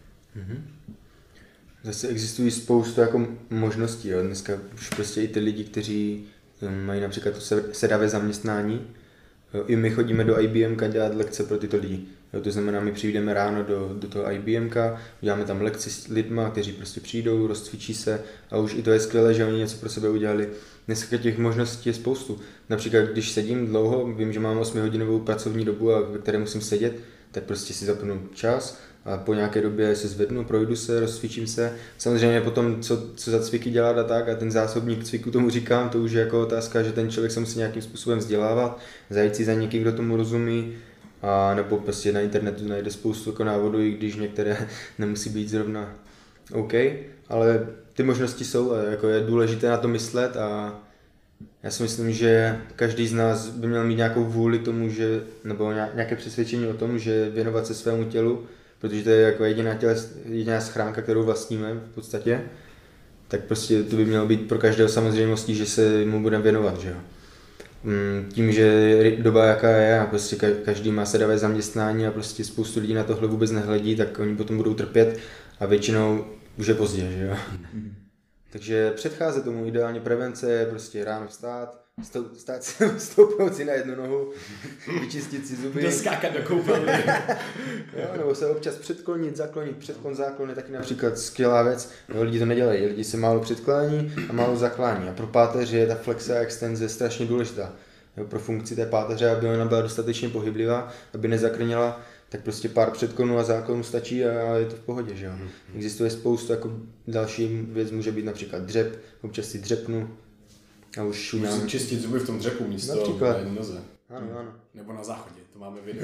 Zase existují spoustu jako možností. Jo. Dneska už prostě i ty lidi, kteří mají například to sedavé zaměstnání, jo. I my chodíme do IBMka dělat lekce pro tyto lidi. Jo. To znamená, my přijdeme ráno do toho IBMka, děláme tam lekci s lidma, kteří prostě přijdou, rozcvičí se a už i to je skvělé, že oni něco pro sebe udělali. Dneska těch možností je spoustu. Například, když sedím dlouho, vím, že mám 8hodinovou pracovní dobu, a ve které musím sedět, tak prostě si zapnu čas a po nějaké době se zvednu, projdu se, rozcvičím se. Samozřejmě potom, co za cviky dělat a tak, a ten zásobník cviku tomu říkám, to už je jako otázka, že ten člověk se musí nějakým způsobem vzdělávat, zajít si za někým, kdo tomu rozumí, a nebo prostě na internetu najde spoustu jako návodů, i když některé nemusí být zrovna OK, ale ty možnosti jsou a jako je důležité na to myslet a já si myslím, že každý z nás by měl mít nějakou vůli k tomu, že, nebo nějaké přesvědčení o tom, že věnovat se svému tělu, protože to je jako jediná schránka, kterou vlastníme v podstatě, tak prostě to by mělo být pro každého samozřejmostí, že se mu budeme věnovat, že jo. Tím, že doba jaká je a prostě každý má sedavé zaměstnání a prostě spoustu lidí na tohle vůbec nehledí, tak oni potom budou trpět a většinou už je pozdě, že jo. Takže předcházet tomu ideálně prevence je prostě ráno vstát, stoupnout si na jednu nohu, vyčistit si zuby. Doskákat do koupelny. Jo, nebo se občas předklonit, zaklonit, předklon, záklon je taky například skvělá věc. No, lidi to nedělají, lidi se málo předklání a málo zaklání. A pro páteř je ta flexe a extenze strašně důležitá. Jo, pro funkci té páteře, aby ona byla dostatečně pohyblivá, aby nezakrněla, tak prostě pár předklonů a záklonů stačí a je to v pohodě, že jo. Existuje spoustu, jako další věc může být například dřep, občas si dřepnu a už Musím čistit zuby v tom dřepu místo na jedné noze. Ano. Nebo na záchodě, to máme video.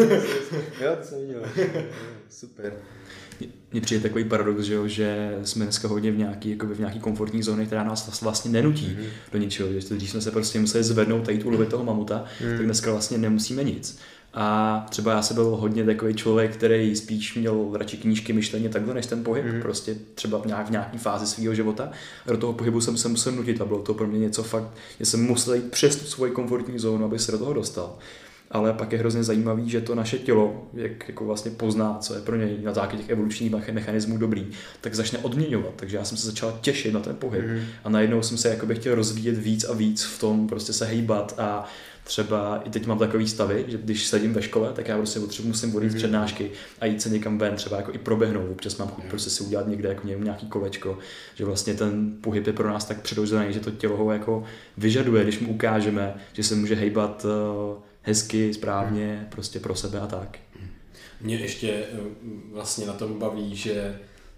Jo, to jsem viděl. Super. Mně přijde takový paradox, že jsme dneska hodně v nějaký komfortní zóně, která nás vlastně nenutí do ničeho. Když jsme se prostě museli zvednout tady tu toho mamuta, tak dneska vlastně nemusíme nic. A třeba já jsem byl hodně takový člověk, který spíš měl radši knížky, myšlení takhle než ten pohyb, prostě třeba v nějaký fázi svého života. A do toho pohybu jsem se musel nutit a bylo to pro mě něco fakt, že jsem musel jít přes tu svoji komfortní zónu, aby se do toho dostal. Ale pak je hrozně zajímavý, že to naše tělo, jak jako vlastně pozná, co je pro něj na základě těch evolučních mechanismů dobrý, tak začne odměňovat. Takže já jsem se začal těšit na ten pohyb a najednou jsem se jakoby chtěl rozvíjet víc a víc v tom, prostě se hejbat a třeba i teď mám takový stavy, že když sedím ve škole, tak já prostě musím odjít z přednášky a jít se někam ven, třeba jako i proběhnout. Občas mám chuť prostě si udělat někde jako nějaký kolečko, že vlastně ten pohyb je pro nás tak přirozený, že to tělo ho jako vyžaduje, když mu ukážeme, že se může hejbat hezky, správně, prostě pro sebe a tak. Mě ještě vlastně na tom baví, že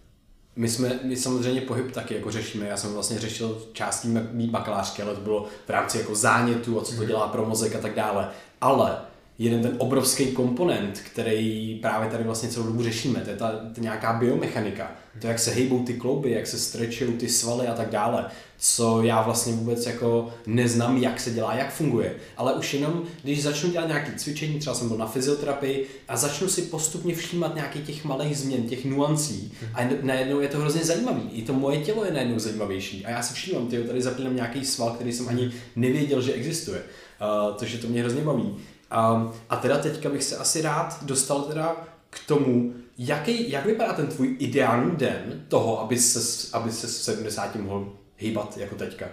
my samozřejmě pohyb taky jako řešíme. Já jsem vlastně řešil částí mý bakalářky, ale to bylo v rámci jako zánětu a co to dělá pro mozek a tak dále. Ale jeden ten obrovský komponent, který právě tady vlastně celou dobu řešíme, to je ta nějaká biomechanika, to jak se hejbou ty klouby, jak se stretchují ty svaly a tak dále, co já vlastně vůbec jako neznám, jak se dělá, jak funguje, ale už jenom, když začnu dělat nějaké cvičení, třeba jsem byl na fyzioterapii a začnu si postupně všímat nějakých těch malých změn, těch nuancí a najednou je to hrozně zajímavý, i to moje tělo je najednou zajímavější a já si všímám, tady zapínám nějaký sval, který jsem ani nevěděl, že existuje, takže to mě hrozně baví. A teda teďka bych se asi rád dostal teda k tomu, jak vypadá ten tvůj ideální den toho, aby se v 70 mohl hýbat jako teďka.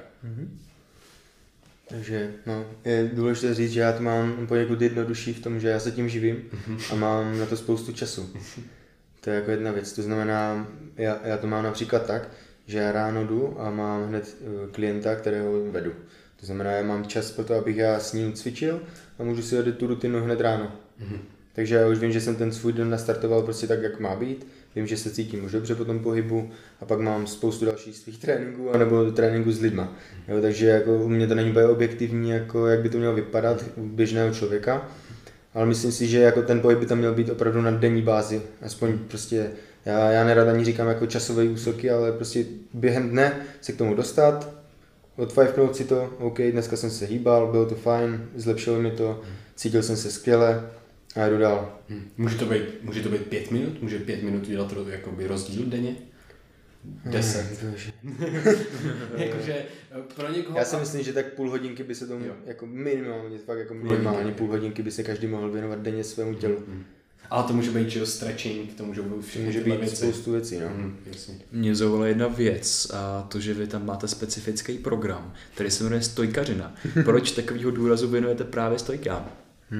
Takže je důležité říct, že já to mám poněkud jednodušší v tom, že já se tím živím a mám na to spoustu času. To je jako jedna věc, to znamená, já to mám například tak, že já ráno jdu a mám hned klienta, kterého vedu. To znamená, já mám čas pro to, abych já s ním cvičil a můžu si odjet tu rutinu hned ráno. Takže já už vím, že jsem ten svůj den nastartoval prostě tak, jak má být. Vím, že se cítím už dobře po tom pohybu a pak mám spoustu dalších svých tréninků anebo tréninků s lidma. Jo, takže jako u mě to není úplně objektivní, jako jak by to mělo vypadat u běžného člověka. Ale myslím si, že jako ten pohyb by tam měl být opravdu na denní bázi. Aspoň prostě, já nerad ani říkám jako časové úseky, ale prostě během dne se k tomu dostat, odfajfnout si to, OK, dneska jsem se hýbal, bylo to fajn, zlepšilo mi to, cítil jsem se skvěle a jdu dál. Může to být 5 minut? Může 5 minut dělat jakoby rozdíl denně? 10. Jakože pro někoho... Já si myslím, že tak půl hodinky by se tomu jako minimálně, fakt jako minimálně půl hodinky by se každý mohl věnovat denně svému tělu. Ale to může být stretching, to může být všechny může být spoustu věcí, no. Mě zaujala jedna věc a to, že vy tam máte specifický program, který se jmenuje stojkařina. Proč takovýho důrazu věnujete právě stojkám?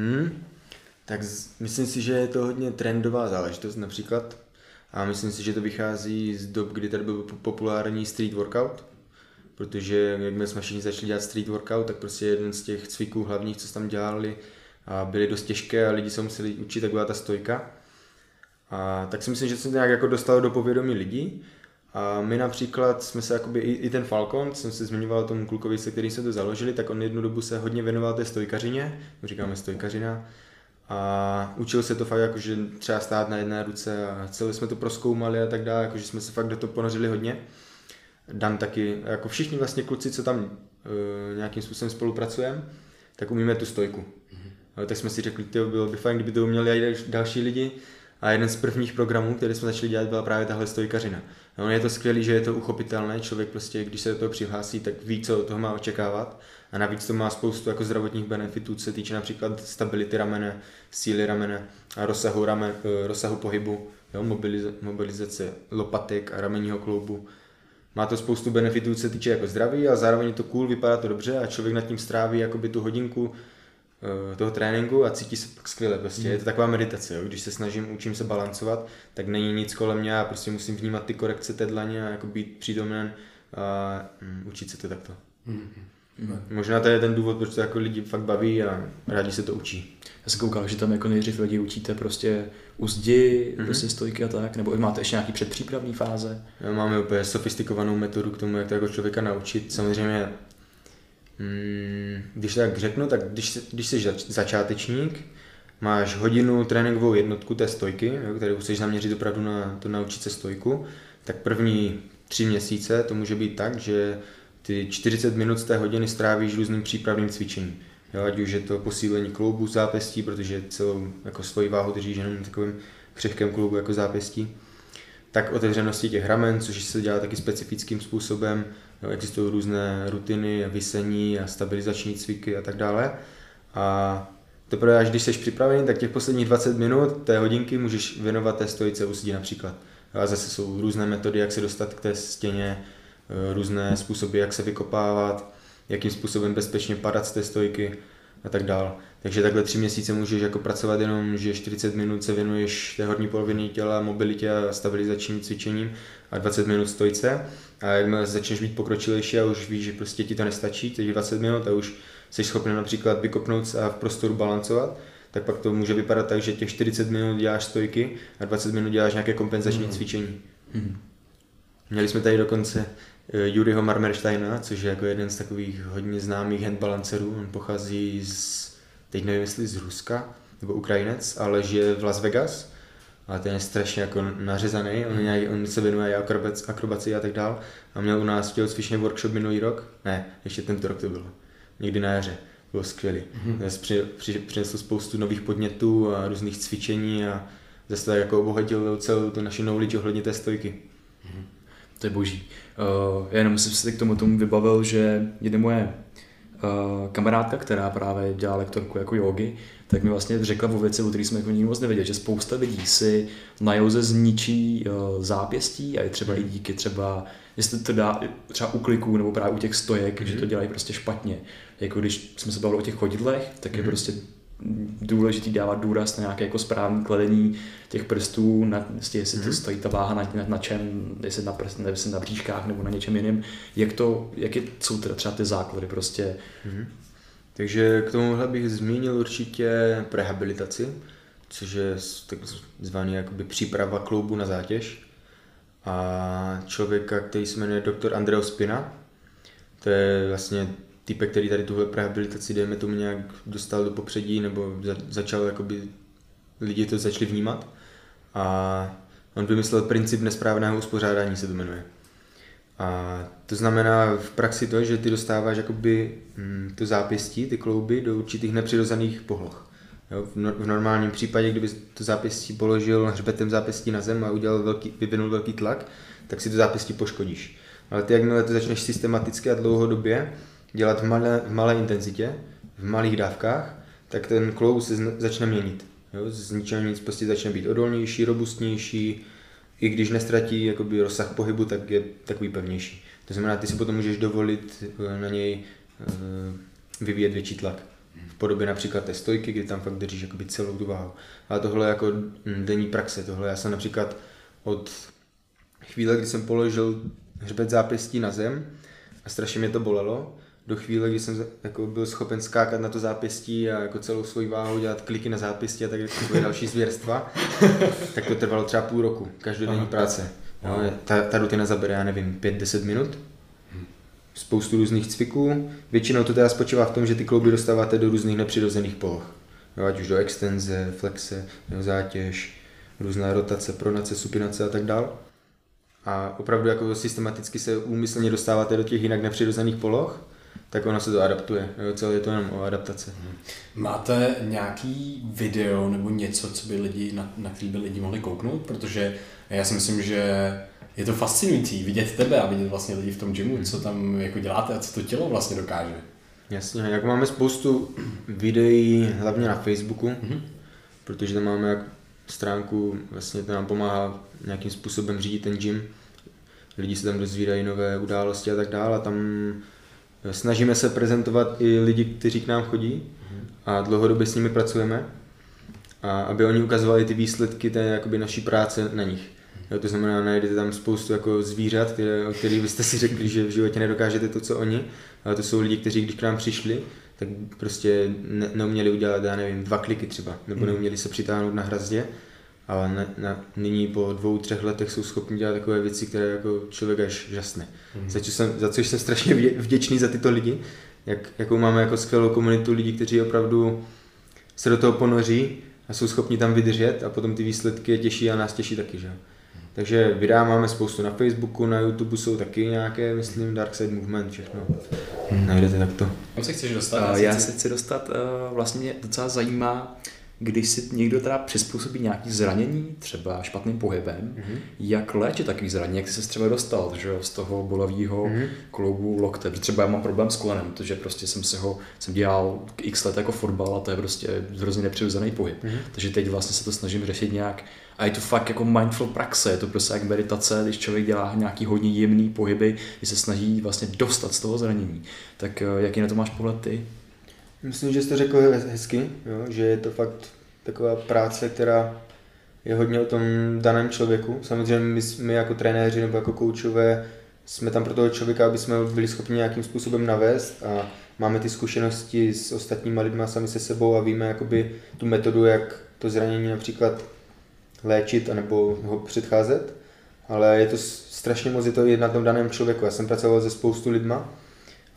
Tak myslím si, že je to hodně trendová záležitost například a myslím si, že to vychází z dob, kdy tady byl populární street workout, protože jakmile jsme všichni začali dělat street workout, tak prostě jeden z těch cviků hlavních, co se tam dělali, a byly dost těžké a lidi se museli učit, tak byla ta stojka. A tak si myslím, že se to nějak jako dostalo do povědomí lidí. A my například jsme se jakoby, i ten Falcon, jsem se zmiňoval tomu klukovi, se kterým jsme to založili, tak on jednu dobu se hodně věnoval té stojkařině, říkáme stojkařina. A učil se to fakt jako, že třeba stát na jedné ruce a celé jsme to prozkoumali a tak dále, jakože jsme se fakt do toho ponořili hodně. Dan taky, jako všichni vlastně kluci, co tam nějakým způsobem spolupracujeme, tak umíme tu stojku. Tak jsme si řekli, bylo by fajn, kdyby to uměli i další lidi. A jeden z prvních programů, které jsme začali dělat, byla právě tahle stojkařina. No, je to skvělé, že je to uchopitelné, člověk prostě, když se do toho přihlásí, tak ví, co od toho má očekávat. A navíc to má spoustu jako zdravotních benefitů, co se týče například stability ramene, síly ramene a rozsahu pohybu, jo, mobilizace lopatek a ramenního kloubu. Má to spoustu benefitů, co se týče jako zdraví a zároveň je to cool, vypadá to dobře a člověk nad tím stráví jakoby tu hodinku toho tréninku a cítí se pak skvěle prostě. Je to taková meditace, jo? Když se učím se balancovat, tak není nic kolem mě a prostě musím vnímat ty korekce té dlaně a jako být přítomen a učit se to takto. Možná to je ten důvod, proč to jako lidi fakt baví a rádi se to učí. Já jsem koukal, že tam jako nejdřív lidi učíte prostě u zdi, prostě stojky a tak, nebo máte ještě nějaký předpřípravní fáze? Máme úplně sofistikovanou metodu k tomu, jak to jako člověka naučit. Samozřejmě když tak řeknu, tak když jsi začátečník, máš hodinu tréninkovou jednotku té stojky, kterou chceš zaměřit opravdu na to naučit se stojku, tak první 3 měsíce to může být tak, že ty 40 minut z té hodiny strávíš různým přípravným cvičením. Jo, ať už je to posílení kloubu zápěstí, protože celou jako svoji váhu držíš jenom na takovém křehkém kloubu jako zápěstí, tak otevřenosti těch ramen, což se dělá taky specifickým způsobem. Jo, existují různé rutiny, visení a stabilizační cviky a tak dále. A teprve až když jsi připravený, tak těch posledních 20 minut té hodinky můžeš věnovat té stojice u zdi například. A zase jsou různé metody, jak se dostat k té stěně, různé způsoby, jak se vykopávat, jakým způsobem bezpečně padat z té stojky a tak dále. Takže takhle 3 měsíce můžeš jako pracovat jenom, že 40 minut se věnuješ té horní polovině těla, mobilitě a stabilizačním cvičením a 20 minut stojce. A jakmile začneš být pokročilejší a už víš, že prostě ti to nestačí, těch 20 minut a už jsi schopný například vykopnout a v prostoru balancovat, tak pak to může vypadat tak, že těch 40 minut děláš stojky a 20 minut děláš nějaké kompenzační cvičení. Měli jsme tady dokonce Juriho Marmersteina, což je jako jeden z takových hodně známých handbalancerů. On pochází z teď nevím, jestli z Ruska, nebo Ukrajinec, ale žije v Las Vegas. A ten je strašně jako nařezaný, on se věnuje akrobaci a tak dál. A měl u nás v tělocvičně workshop minulý rok, ne, ještě tento rok to bylo, někdy na jaře, bylo skvělý. Přinesl spoustu nových podnětů a různých cvičení a zase tak jako obohatil celou tu naši knowledge ohledně té stojky. To je boží. Já jenom jsem si k tomu vybavil, že jedna moje kamarádka, která právě dělá lektorku jako jogy, tak mi vlastně řekla o věci, o kterých jsme jako nikdy moc nevěděli, že spousta lidí si na józe zničí zápěstí a je třeba i díky třeba, jestli to dá třeba u kliků nebo právě u těch stojek, že to dělají prostě špatně. Jako když jsme se bavili o těch chodidlech, tak je prostě důležitý dávat důraz na nějaké jako správné kladení těch prstů, jestli to stojí ta váha na čem, jestli na bříškách nebo na něčem jiném, jak jsou třeba ty základy prostě. Takže k tomuhle bych zmínil určitě rehabilitaci, což je takzvaný jakoby příprava kloubu na zátěž. A člověka, který se jmenuje doktor Andreo Spina, to je vlastně typek, který tady tuhle rehabilitaci, dejme tomu, nějak dostal do popředí, nebo začal, jakoby, lidi to začali vnímat. A on vymyslel princip nesprávného uspořádání, se to jmenuje. A to znamená v praxi to, že ty dostáváš jakoby to zápěstí, ty klouby, do určitých nepřirozených poloh. Jo, v normálním případě, kdyby to zápěstí položil hřbetem zápěstí na zem a vyvinul velký tlak, tak si to zápěstí poškodíš. Ale ty, jakmile to začneš systematicky a dlouhodobě dělat v malé intenzitě, v malých dávkách, tak ten kloub se začne měnit. Jo, z ničeho nic prostě začne být odolnější, robustnější, i když nestratí jakoby rozsah pohybu, tak je takový pevnější. To znamená, ty si potom můžeš dovolit na něj vyvíjet větší tlak. V podobě například té stojky, kdy tam fakt držíš jakoby celou tu váhu. Ale tohle je jako denní praxe. Tohle já jsem například od chvíle, kdy jsem položil hřbet zápěstí na zem a strašně mě to bolelo, do chvíle, kdy jsem jako byl schopen skákat na to zápěstí a jako celou svoji váhu dělat kliky na zápěstí a tak takové další zvěrstva, tak to trvalo třeba půl roku, každodenní práce. No, ta rutina zabere, já nevím, 5-10 minut, spoustu různých cviků, většinou to teda spočívá v tom, že ty klouby dostáváte do různých nepřirozených poloh, jo, ať už do extenze, flexe, zátěž, různá rotace, pronace, supinace a tak dál. A opravdu jako systematicky se úmyslně dostáváte do těch jinak nepřirozených poloh, tak ono se to adaptuje. Jo, celé je to jenom o adaptaci. Máte nějaký video nebo něco, co by na který by lidi mohli kouknout? Protože já si myslím, že je to fascinující vidět tebe a vidět vlastně lidi v tom gymu, co tam jako děláte a co to tělo vlastně dokáže. Jasně, jako máme spoustu videí, hlavně na Facebooku, protože tam máme jak stránku, vlastně to nám pomáhá nějakým způsobem řídit ten gym. Lidi se tam dozvídají nové události a tak dále a tam snažíme se prezentovat i lidi, kteří k nám chodí a dlouhodobě s nimi pracujeme, a aby oni ukazovali ty výsledky té jakoby naší práce na nich. Jo, to znamená, najdete tam spoustu jako zvířat, o kterých byste si řekli, že v životě nedokážete to, co oni, ale to jsou lidi, kteří když k nám přišli, tak prostě neuměli udělat, já nevím, 2 kliky třeba, nebo neuměli se přitáhnout na hrazdě, ale nyní po 2-3 letech jsou schopni dělat takové věci, které jako člověk až žasne. Za což jsem strašně vděčný za tyto lidi, jakou máme jako skvělou komunitu lidí, kteří opravdu se do toho ponoří a jsou schopni tam vydržet a potom ty výsledky je těší a nás těší taky, že? Takže videa máme spoustu na Facebooku, na YouTube jsou taky nějaké, myslím, Dark Side Movement, všechno. Najdete takto. Kam se chceš dostat? Já se chci dostat, vlastně mě docela zajímá, když si někdo teda přizpůsobí nějaké zranění, třeba špatným pohybem, jak léčit takový zranění, jak jsi se třeba dostal, že z toho bolavého kloubu lokte, protože třeba já mám problém s kolenem, protože prostě jsem dělal x let jako fotbal a to je prostě hrozně nepřirozený pohyb, takže teď vlastně se to snažím řešit nějak a je to fakt jako mindful praxe, je to prostě jak meditace, když člověk dělá nějaký hodně jemný pohyby, když se snaží vlastně dostat z toho zranění, tak jaký na to máš pohled ty? Myslím, že jste řekl hezky, jo? Že je to fakt taková práce, která je hodně o tom daném člověku. Samozřejmě my jako trenéři nebo jako koučové jsme tam pro toho člověka, aby jsme byli schopni nějakým způsobem navést a máme ty zkušenosti s ostatníma lidma, sami se sebou a víme jakoby tu metodu, jak to zranění například léčit anebo ho předcházet. Ale je to strašně moc, je to na tom daném člověku. Já jsem pracoval se spoustu lidma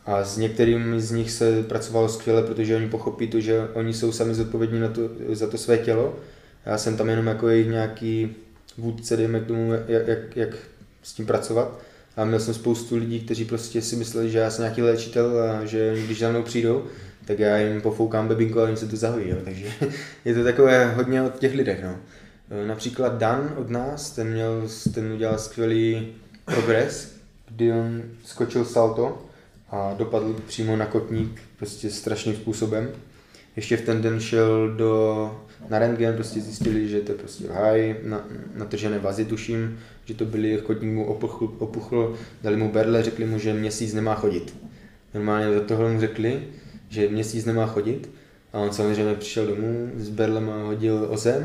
A s některými z nich se pracovalo skvěle, protože oni pochopí to, že oni jsou sami zodpovědní za to své tělo. Já jsem tam jenom jako jejich nějaký vůdce, dejme k tomu, jak s tím pracovat. A měl jsem spoustu lidí, kteří prostě si mysleli, že já jsem nějaký léčitel a že když za mnou přijdou, tak já jim pofoukám bebínko a jim se to zahojí. Jo. Takže je to takové hodně od těch lidech. No. Například Dan od nás, ten udělal skvělý progres, kdy on skočil salto a dopadl přímo na kotník prostě strašným způsobem. Ještě v ten den šel na rentgen, prostě zjistili, že to je prostě haj, natržené vazy tuším, že to byly, kotník mu opuchl, dali mu berle, řekli mu, že měsíc nemá chodit. Normálně do toho mu řekli, že měsíc nemá chodit a on samozřejmě přišel domů, s berlema hodil o zem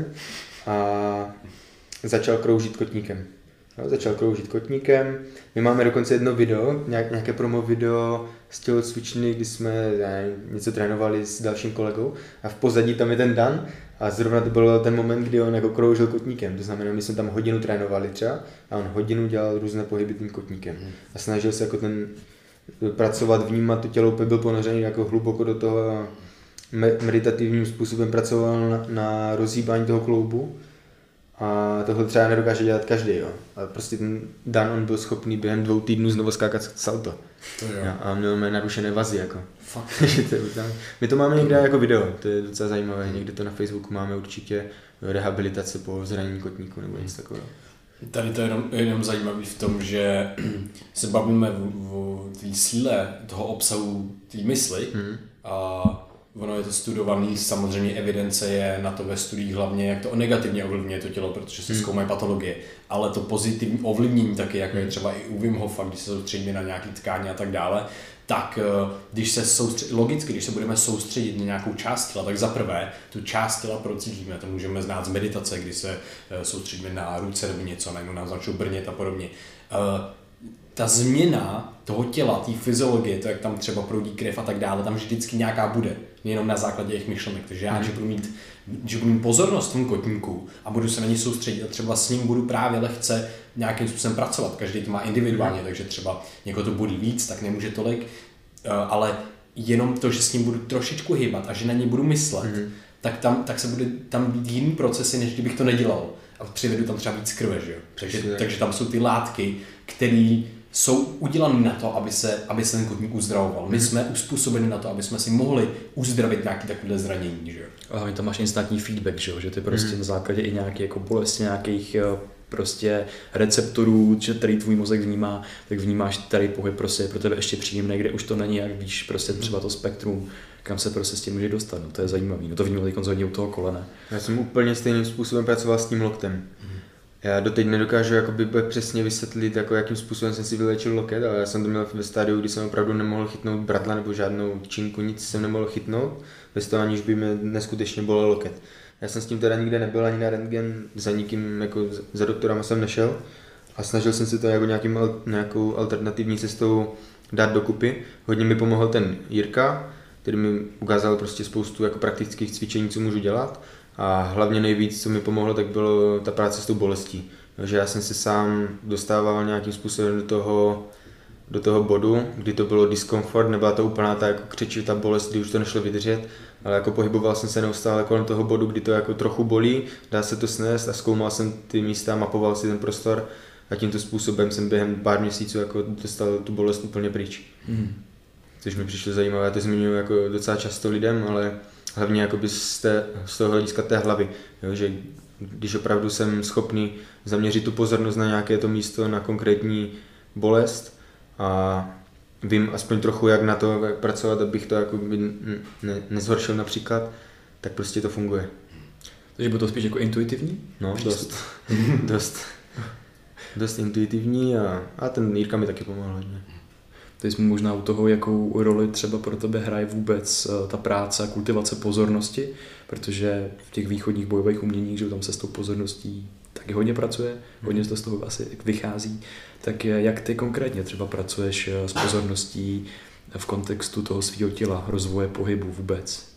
a začal kroužit kotníkem. No, začal kroužit kotníkem. My máme dokonce jedno video, nějaké promo video z tělo cvičny, kdy jsme něco trénovali s dalším kolegou a v pozadí tam je ten Dan a zrovna to byl ten moment, kdy on jako kroužil kotníkem. To znamená, my jsme tam hodinu trénovali třeba a on hodinu dělal různé pohyby tím kotníkem a snažil se jako pracovat, vnímat to tělo, byl ponořený jako hluboko do toho a meditativním způsobem pracoval na rozhýbání toho kloubu. A tohle třeba nedokáže dělat každý, jo. A prostě ten Dan, on byl schopný během 2 týdnů znovu skákat salto. To jo. A měl narušené vazy, jako. Fakt. My to máme někde jako video, to je docela zajímavé. Někde to na Facebooku máme určitě rehabilitace po zranění kotníku nebo něco takového. Tady to je jenom zajímavé v tom, že se bavíme o té síle toho obsahu té mysli a ono je to studovaný, samozřejmě evidence je na to ve studiích hlavně, jak to negativně ovlivňuje to tělo, protože se zkoumají patologie, ale to pozitivní ovlivnění taky, jako je třeba i u Wim Hofa, když se soustředíme na nějaké tkáně a tak dále, tak když se logicky, když se budeme soustředit na nějakou část těla, tak zaprvé tu část těla procítíme, to můžeme znát z meditace, kdy se soustředíme na ruce nebo něco, najednou nám začnou brnět a podobně. Ta změna toho těla, té fyziologie, to jak tam třeba proudí krev a tak dále, tam vždycky nějaká bude, nejenom na základě jejich myšlenek. Takže já, že budu mít pozornost v tom kotníku a budu se na ní soustředit a třeba s ním budu právě lehce nějakým způsobem pracovat. Každý to má individuálně, takže třeba někoho to bolí víc, tak nemůže tolik, ale jenom to, že s ním budu trošičku hýbat a že na něj budu myslet, tak se bude tam být jiný procesy, než kdybych to nedělal. A přivedu tam třeba víc krve, že jo? Takže tam jsou ty látky, které jsou udělané na to, aby se ten kotník uzdravoval. My jsme uspůsobeni na to, aby jsme si mohli uzdravit nějaké takové zranění, že jo. A hlavně tam máš instantní feedback, že ty prostě na základě i nějaké jako bolesti, nějakých prostě receptorů, který tvůj mozek vnímá, tak vnímáš tady pohyb prostě pro tebe ještě příjemné, kde už to není, jak víš prostě třeba to spektrum, kam se prostě s tím může dostat, no to je zajímavý, no to vnímal teď hodně u toho kolene. Já jsem úplně stejným způsobem pracoval s tím loktem. Já doteď nedokážu jakoby přesně vysvětlit, jako jakým způsobem jsem si vylečil loket, ale já jsem to měl ve stádiu, kdy jsem opravdu nemohl chytnout bradla nebo žádnou činku, nic jsem nemohl chytnout, bez toho aniž by mě neskutečně bolel loket. Já jsem s tím teda nikde nebyl, ani na rentgen, za nikým, jako za doktorama jsem nešel a snažil jsem si to jako nějakou alternativní cestou dát dokupy. Hodně mi pomohl ten Jirka, který mi ukázal prostě spoustu jako praktických cvičení, co můžu dělat. A hlavně nejvíc, co mi pomohlo, tak bylo ta práce s tou bolestí. Takže já jsem se sám dostával nějakým způsobem do toho bodu, kdy to bylo diskomfort, nebyla to úplná ta jako křečivá bolest, kdy už to nešlo vydržet, ale jako pohyboval jsem se neustále kolem toho bodu, kdy to jako trochu bolí, dá se to snést a zkoumal jsem ty místa, mapoval si ten prostor a tímto způsobem jsem během pár měsíců jako dostal tu bolest úplně pryč. Což mi přišlo zajímavé, já to zmiňuji jako docela často lidem, ale hlavně jakoby z toho hlediska té hlavy, jo, že když opravdu jsem schopný zaměřit tu pozornost na nějaké to místo, na konkrétní bolest a vím aspoň trochu, jak na to pracovat, abych to jakoby nezhoršil například, tak prostě to funguje. Takže bylo to spíš jako intuitivní? No, dost intuitivní a ten Jirka mi taky pomohl hodně. Teď jsme možná u toho, jakou roli třeba pro tebe hraje vůbec ta práce a kultivace pozornosti, protože v těch východních bojových uměních, že tam se s tou pozorností taky hodně pracuje, hodně se z toho asi vychází, tak jak ty konkrétně třeba pracuješ s pozorností v kontextu toho svého těla, rozvoje pohybu vůbec?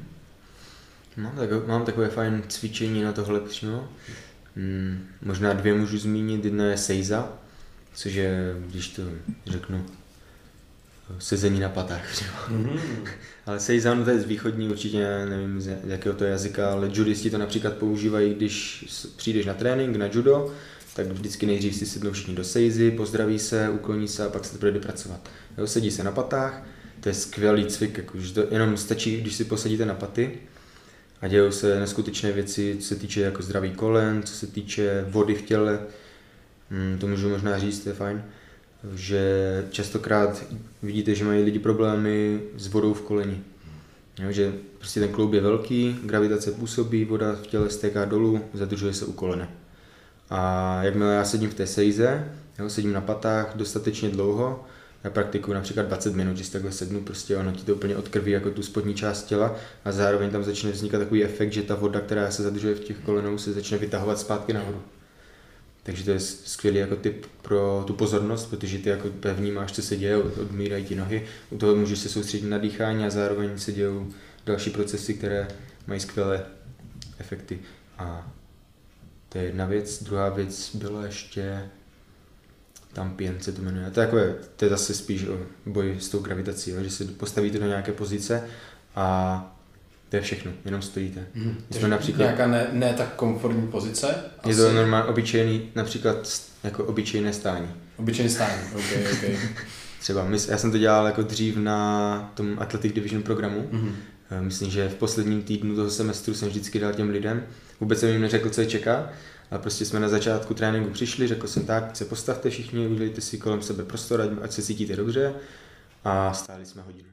Mám takové fajn cvičení na tohle přímo. Možná 2 můžu zmínit, jedna je Seiza, což je, když to řeknu, sezení na patách třeba. Ale seizan to je z východní, určitě nevím z jakého to je jazyka, ale judisti to například používají, když přijdeš na trénink, na judo, tak vždycky nejdřív si sednou všichni do seizy, pozdraví se, ukloní se a pak se teprve jde pracovat. Jo, sedí se na patách, to je skvělý cvik, jakože to jenom stačí, když si posadíte na paty a dějou se neskutečné věci, co se týče jako zdraví kolen, co se týče vody v těle, to můžu možná říct, to je fajn, že častokrát vidíte, že mají lidi problémy s vodou v koleni. Jo, že prostě ten kloub je velký, gravitace působí, voda v těle stéká dolů, zadržuje se u kolene. A jakmile já sedím v té seize, jo, sedím na patách dostatečně dlouho, já praktikuju například 20 minut, že si takhle sednu, prostě ono ti to úplně odkrví jako tu spodní část těla a zároveň tam začne vznikat takový efekt, že ta voda, která se zadržuje v těch kolenou, se začne vytahovat zpátky nahoru. Takže to je skvělý jako tip pro tu pozornost, protože ty jako vnímáš, co se děje, odmírají ti nohy, u toho můžeš se soustředit na dýchání a zároveň se dějou další procesy, které mají skvělé efekty. A to je jedna věc. Druhá věc byla ještě Tampien se to jmenuje. To je zase spíš o boji s tou gravitací, že se postavíte do nějaké pozice a to je všechno, jenom stojíte. Jsme například nějaká ne tak komfortní pozice? Je to normálně obyčejný, například jako obyčejné stání. Obyčejné stání, ok. Třeba já jsem to dělal jako dřív na tom Athletic Division programu. Myslím, že v posledním týdnu toho semestru jsem vždycky dal těm lidem. Vůbec jsem jim neřekl, co je čeká, ale prostě jsme na začátku tréninku přišli, řekl jsem tak, se postavte všichni, udělejte si kolem sebe prostor, ať se cítíte dobře a stáli jsme hodinu.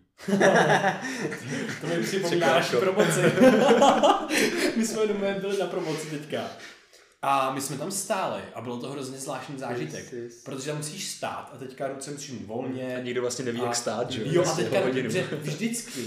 To mi připomíná naši promoci. My jsme byli na promoci teďka. A my jsme tam stáli a bylo to hrozně zvláštní zážitek, protože tam musíš stát a teďka ruce musíš mít volně. A nikdo vlastně neví, jak stát, že? Jo, a teďka vždycky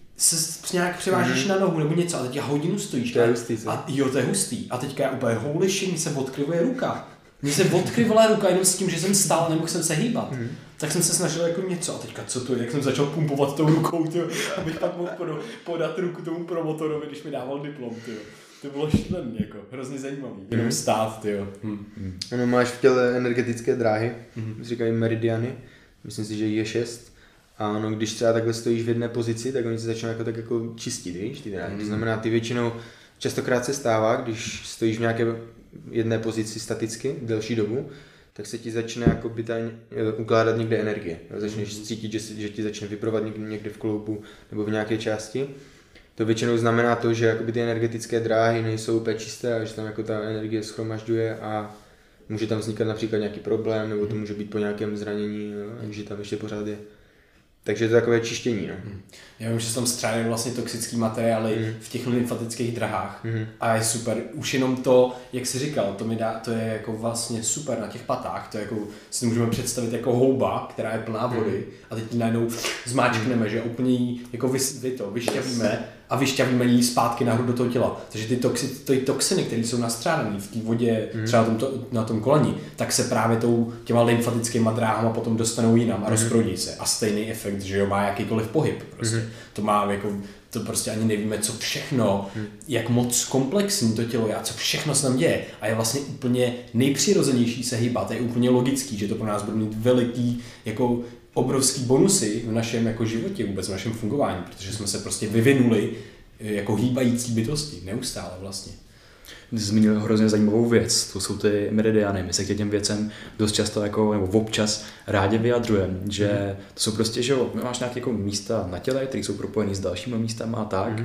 se nějak převážíš na nohu nebo něco a teďka hodinu stojíš. To je hustý, to je hustý. A teďka je úplně holy shit, mi se odkryvuje ruka. Mně se odkryvala ruka jenom s tím, že jsem stál a nemohl jsem se hýbat. Tak jsem se snažil jako něco a teďka co to je, jak jsem začal pumpovat tou rukou, tyjo, abych pak mohl podat ruku tomu promotorovi, když mi dával diplom. Tyjo. To bylo šílený, jako, hrozně zajímavý. Jenom stát, tyjo. Ano, máš v těle energetické dráhy, říkají meridiany, myslím si, že je 6. A ano, když třeba takhle stojíš v jedné pozici, tak oni se začnou jako tak jako čistit, víš, ty dráhy. To znamená, ty většinou častokrát se stává, když stojíš v nějaké jedné pozici staticky delší dobu, tak se ti začne jako bytání ukládat někde energie. Začneš cítit, že ti začne vyprovat někde v kloubu nebo v nějaké části. To většinou znamená to, že jakoby ty energetické dráhy nejsou úplně čisté a že tam jako ta energie shromažďuje a může tam vznikat například nějaký problém nebo to může být po nějakém zranění, že tam ještě pořád je. Takže to je takové čištění. No. Já vím, že se tam střádají vlastně toxické materiály v těch lymfatických drahách a je super. Už jenom to, jak jsi říkal, to je jako vlastně super na těch patách. To je jako, si to můžeme představit jako houba, která je plná vody a teď ji najednou zmáčkneme, že úplně ji jako vyšťavíme a vyšťavíme ji zpátky nahoru do toho těla. Takže ty toxiny, které jsou nastřádané v té vodě, třeba na tom koleni, tak se právě těma lymfatickými dráhama potom dostanou jinam a rozproudí se. A stejný efekt, že jo, má jakýkoliv pohyb. Prostě. To má jako, to prostě ani nevíme, co všechno, jak moc komplexní to tělo je a co všechno se tam děje. A je vlastně úplně nejpřirozenější se hýbat. Je úplně logický, že to pro nás bude mít veliký jako obrovský bonusy v našem jako životě, vůbec v našem fungování, protože jsme se prostě vyvinuli jako hýbající bytosti, neustále vlastně. Zmínil hrozně zajímavou věc, to jsou ty meridiany. My se k těm věcem dost často jako, nebo občas rádi vyjadřujeme, že to jsou prostě, že máš nějaké jako místa na těle, které jsou propojené s dalšími místama a tak.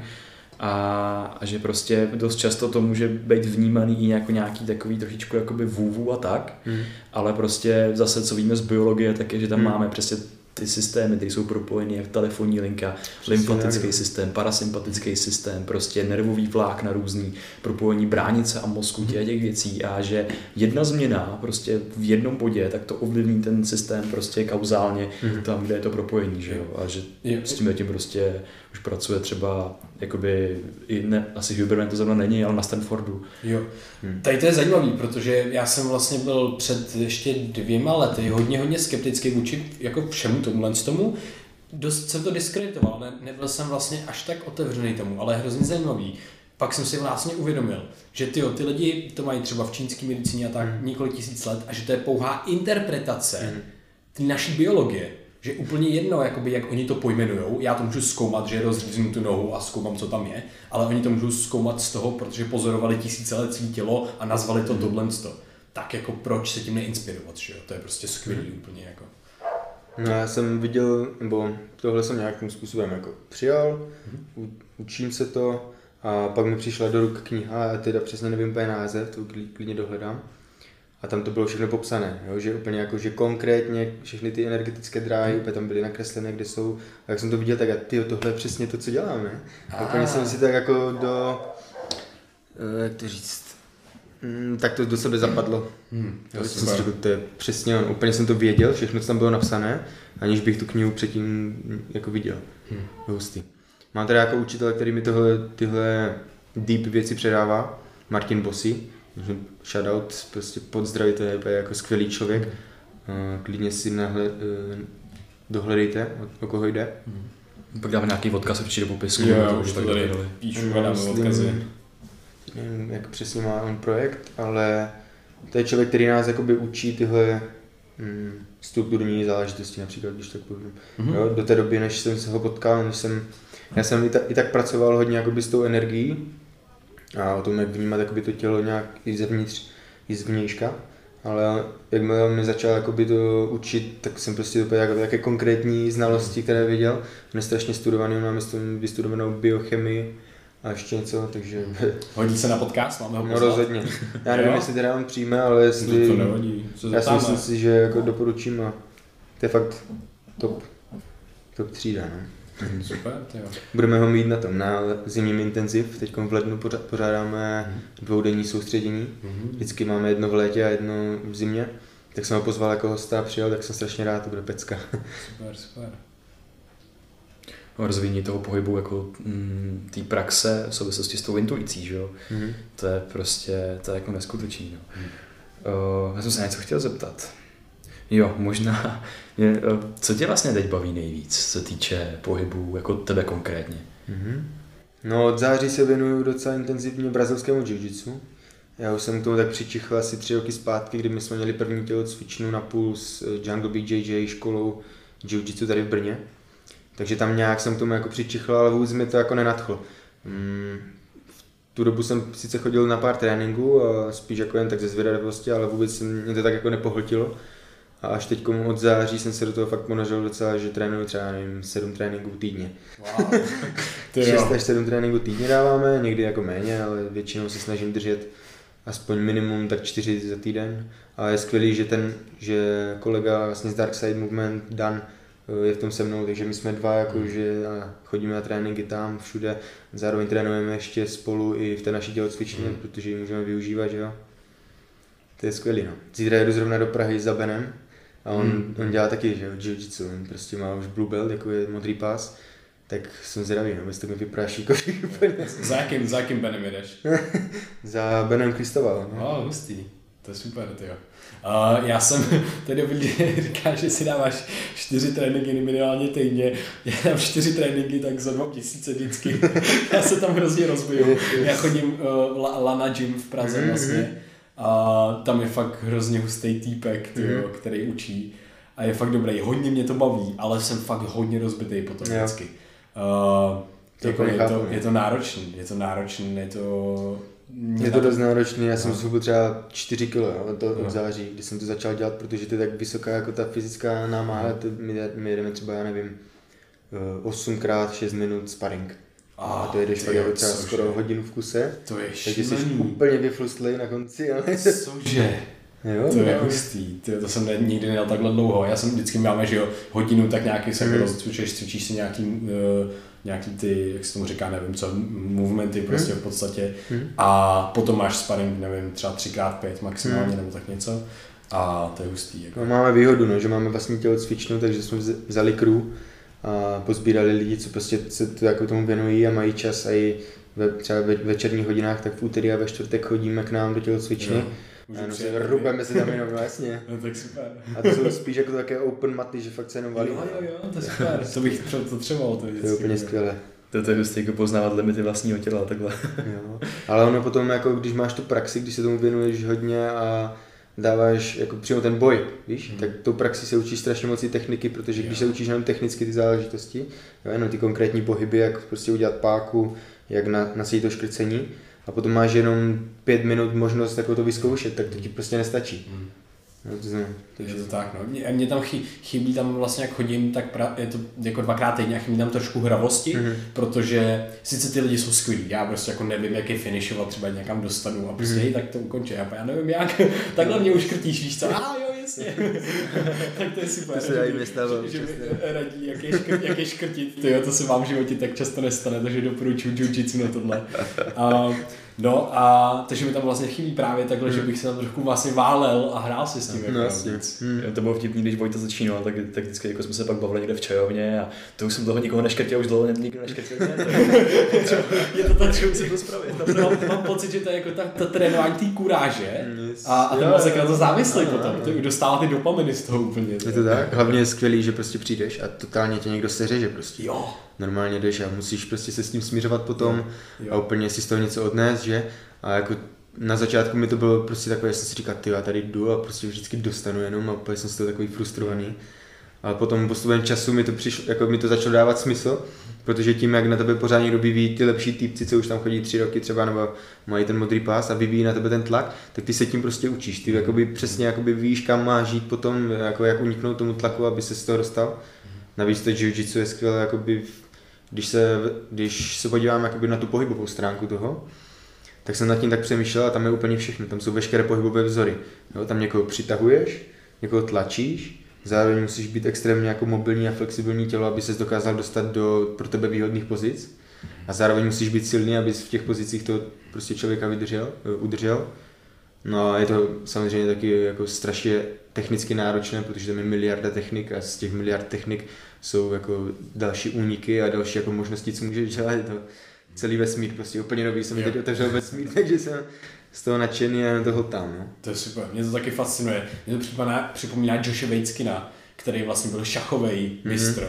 A že prostě dost často to může být vnímaný i jako nějaký takový trošičku jakoby vůvu a tak, ale prostě zase co víme z biologie, tak je, že tam máme přesně ty systémy, které jsou propojené, jak telefonní linka, lymfatický systém, parasympatický systém, prostě nervový vlákna různý, propojení bránice a mozku těch věcí a že jedna změna prostě v jednom bodě, tak to ovlivní ten systém prostě kauzálně tam, kde je to propojení, že jo, a že s tím prostě už pracuje třeba jakoby, asi Huberman to zrovna není, ale na Stanfordu. Jo, tady to je zajímavý, protože já jsem vlastně byl před ještě 2 lety hodně skeptický vůči jako všemu tomu. Dost jsem to diskreditoval, nebyl jsem vlastně až tak otevřený tomu, ale hrozně zajímavý. Pak jsem si vlastně uvědomil, že ty lidi to mají třeba v čínské medicíně a tak několik tisíc let a že to je pouhá interpretace té naší biologie. že úplně jedno, jakoby, jak oni to pojmenujou, já to můžu zkoumat, že rozříznu tu nohu a zkoumám, co tam je, ale oni to můžou zkoumat z toho, protože pozorovali tisíce let svý tělo a nazvali to tohle. Tak jako proč se tím neinspirovat, že jo? To je prostě skvělý úplně jako. No já jsem viděl, nebo tohle jsem nějakým způsobem jako přijal, učím se to a pak mi přišla do ruk kniha, a teda přesně nevím úplně název, to klidně dohledám. A tam to bylo všechno popsané, jo? Že úplně jako, že konkrétně všechny ty energetické dráhy úplně tam byly nakreslené, kde jsou. A jak jsem to viděl, tak tohle je přesně to, co děláme. A úplně jsem si tak jako jak to říct, tak to do sebe zapadlo. Jsem si řekl, to je přesně on, úplně jsem to věděl, všechno, co tam bylo napsané, aniž bych tu knihu předtím jako viděl. Hustý. Mám teda jako učitel, který mi tyhle deep věci předává, Martin Bossi. Shoutout, prostě podzdraví, to je jako skvělý člověk. Klidně si dohledejte, o koho jde. Pak dáme nějaký odkaz určitě do popisku. Jo, už to tady píšu, dáme odkazy. Nevím, jak přesně má on projekt, ale to je člověk, který nás jakoby učí tyhle strukturní záležitosti, například, když tak povím. Jo, do té doby, než jsem se ho potkal, já jsem i tak pracoval hodně jakoby s tou energií a o tom, jak vnímat jakoby to tělo nějak i zevnitř, i zvnějška. Ale jakmile mi začal jakoby to učit, tak jsem prostě úplně jako také konkrétní znalosti, které viděl. On je strašně studovaný, máme vystudovanou biochemii a ještě něco, takže... Hodí se na podcast, máme ho pozvat? No rozhodně. Já nevím, jestli teda on přijme, ale jestli... To nevadí. Já si myslím si, že jako doporučím a to je fakt top třída, no. Super, tyjo. Budeme ho mít na tom, na zimním intenziv, teď v lednu pořádáme dvoudenní soustředění, vždycky máme jedno v létě a jedno v zimě, tak jsem ho pozval jako hosta a přijel, tak jsem strašně rád, to bude pecka. Super. Rozvíjení toho pohybu jako té praxe v souvislosti s tou intuicí, že jo? To je prostě, to je jako neskutečný, no. Já jsem se něco chtěl zeptat. Jo, možná, co tě vlastně teď baví nejvíc, co se týče pohybu, jako tebe konkrétně? No od září se věnuju docela intenzivně brazilskému jiu-jitsu. Já už jsem k tomu tak přičichl asi 3 roky zpátky, kdy my jsme měli první tělocvičnu na půl s Jungle BJJ školou jiu-jitsu tady v Brně. Takže tam nějak jsem k tomu jako přičichl, ale vůbec mi to jako nenadchlo. V tu dobu jsem sice chodil na pár tréninků, a spíš jako jen tak ze zvědavosti, ale vůbec mě to tak jako nepohltilo. A až teď od září jsem se do toho fakt ponožil docela, že trénuju třeba, nevím, 7 tréninků týdně. Wow. 6 až 7 tréninků týdně dáváme, někdy jako méně, ale většinou se snažím držet aspoň minimum tak 4 za týden. A je skvělý, že kolega vlastně z Dark Side Movement, Dan, je v tom se mnou, takže my jsme dva, jako, že chodíme na tréninky tam, všude, zároveň trénujeme ještě spolu i v té naší tělocvičně, protože ji můžeme využívat, že jo. To je skvělý, no. Zítra jedu zrovna do Prahy za Benem a on dělá taky, že jo, jiu-jitsu, on prostě má už blue belt, jako je modrý pás, tak jsem zvědavý, no, jestli to mi vypráší košík úplně. Za jakým Benem jedeš? Za Benem Kristoval. No, hustý. To je super, tyjo. Já jsem tady říká, že si dáváš 4 tréninky minimálně týdně. Já dám 4 tréninky tak za 2 měsíce vždycky. Já se tam hrozně rozbiju. Já chodím Lana Gym v Praze vlastně. A tam je fakt hrozně hustý týpek, tyjo, který učí. A je fakt dobrý. Hodně mě to baví, ale jsem fakt hodně rozbitý potom vždycky. Je to náročný, Je to dost náročný, já jsem zhubil třeba 4 kg od září, kdy jsem to začal dělat, protože to je tak vysoká jako ta fyzická námaha, my jedeme třeba, já nevím, 8x 6 minut sparring. A to jedeš fakt třeba skoro hodinu v kuse, to je takže jsi úplně vyflustlej na konci, ale... Cože? Jo, to je hustý, to jsem nikdy nedal takhle dlouho, já jsem vždycky máme, že jo, hodinu tak nějaký se rozcvičíš, cvičíš si nějaký ty, jak se tomu říká, nevím co, movementy prostě v podstatě a potom máš sparring, nevím, třeba 3x5 maximálně nebo tak něco a to je hustý. Jako. No, máme výhodu, no, že máme vlastní tělocvičnu, takže jsme vzali crew a pozbírali lidi, co prostě se to jako tomu věnují a mají čas a i třeba ve večerních hodinách, tak v úterý a ve čtvrtek chodíme k nám do tělocvičny. Rubeme se tam jenom, vlastně. No tak super. A to jsou spíš jako také open maty, že fakt se jenom valí. Jo, to je super, to bych potřeboval. To je úplně skvělé. To je prostě jako poznávat limity vlastního těla takhle. Jo. Ale ono potom, jako když máš tu praxi, když se tomu věnuješ hodně a dáváš jako přímo ten boj, víš, tak tou praxi se učíš strašně moc i techniky, protože když se učíš jenom technicky ty záležitosti, jo, jenom ty konkrétní pohyby, jak prostě udělat páku, jak nasít to škrcení a potom máš jenom 5 minut možnost jako to vyzkoušet, tak to ti prostě nestačí. No, to znamená, je to tak, no. Mě tam chybí tam vlastně, jak chodím, tak je to jako 2x týdně a chybí tam trošku hravosti, protože sice ty lidi jsou skvělí, já prostě jako nevím, jak je finishovat, třeba někam dostanu a prostě hej, tak to ukončí, já nevím jak, takhle mě už krtíš, víš co, jo, jasně, tak to je super, to se dají nestávalo, že mi radí, jak je škrtit, tyjo, to se vám v životě tak často nestane, takže doporučuji jiu-jitsu na tohle. No a takže mi tam vlastně chybí právě takhle, že bych se tam trošku vlastně válel a hrál si s tím. No, to bylo vtipný, když Vojta začínal, tak vždycky jako jsme se pak bavili někde v čajovně a to už jsem toho nikoho neškrtil, už dlouho nikdo neškrtil. Je to tak, že musím to spravit. Mám pocit, že to je jako ta trénování té kuráže a ten mozek na to závislý potom. Ty dostává ty dopaminy z toho úplně. Je to tak? Hlavně je skvělý, že prostě přijdeš a totálně tě někdo seřeže prostě. Jo. Normálně jdeš a musíš prostě se s tím smířovat potom a úplně si z toho něco odnést, že? A jako na začátku mi to bylo prostě takové, že jsem si říkal, ty já tady jdu a prostě vždycky dostanu jenom a úplně jsem z toho takový frustrovaný. Ale potom postupem času mi to přišlo, jako mi to začalo dávat smysl, protože tím, jak na tebe pořád někdo vyvíjí ty lepší týpci, co už tam chodí 3 roky třeba, nebo mají ten modrý pás a vyvíjí na tebe ten tlak, tak ty se tím prostě učíš. Ty jakoby přesně jakoby víš, kam máš žít potom, jako jak uniknout tomu tlaku, aby se z toho dostal. Navíc to jiu-jitsu je skvělé, jakoby, když se podívám jakoby na tu pohybovou stránku toho, tak jsem nad tím tak přemýšlel a tam je úplně všechno, tam jsou veškeré pohybové vzory. Jo, tam někoho přitahuješ, někoho tlačíš, zároveň musíš být extrémně jako mobilní a flexibilní tělo, aby ses dokázal dostat do pro tebe výhodných pozic a zároveň musíš být silný, aby v těch pozicích to prostě člověka udržel. No a je to samozřejmě taky jako strašně technicky náročné, protože tam je miliarda technik a z těch miliard technik jsou jako další úniky a další jako možnosti, co můžeš dělat. Je to celý vesmír, prostě úplně nový, jsem mi teď otevřel vesmír, takže jsem z toho nadšený a toho tam. No. To je super, mě to taky fascinuje. Mě to připomíná Joshe Waitzkina, který vlastně byl šachový mistr.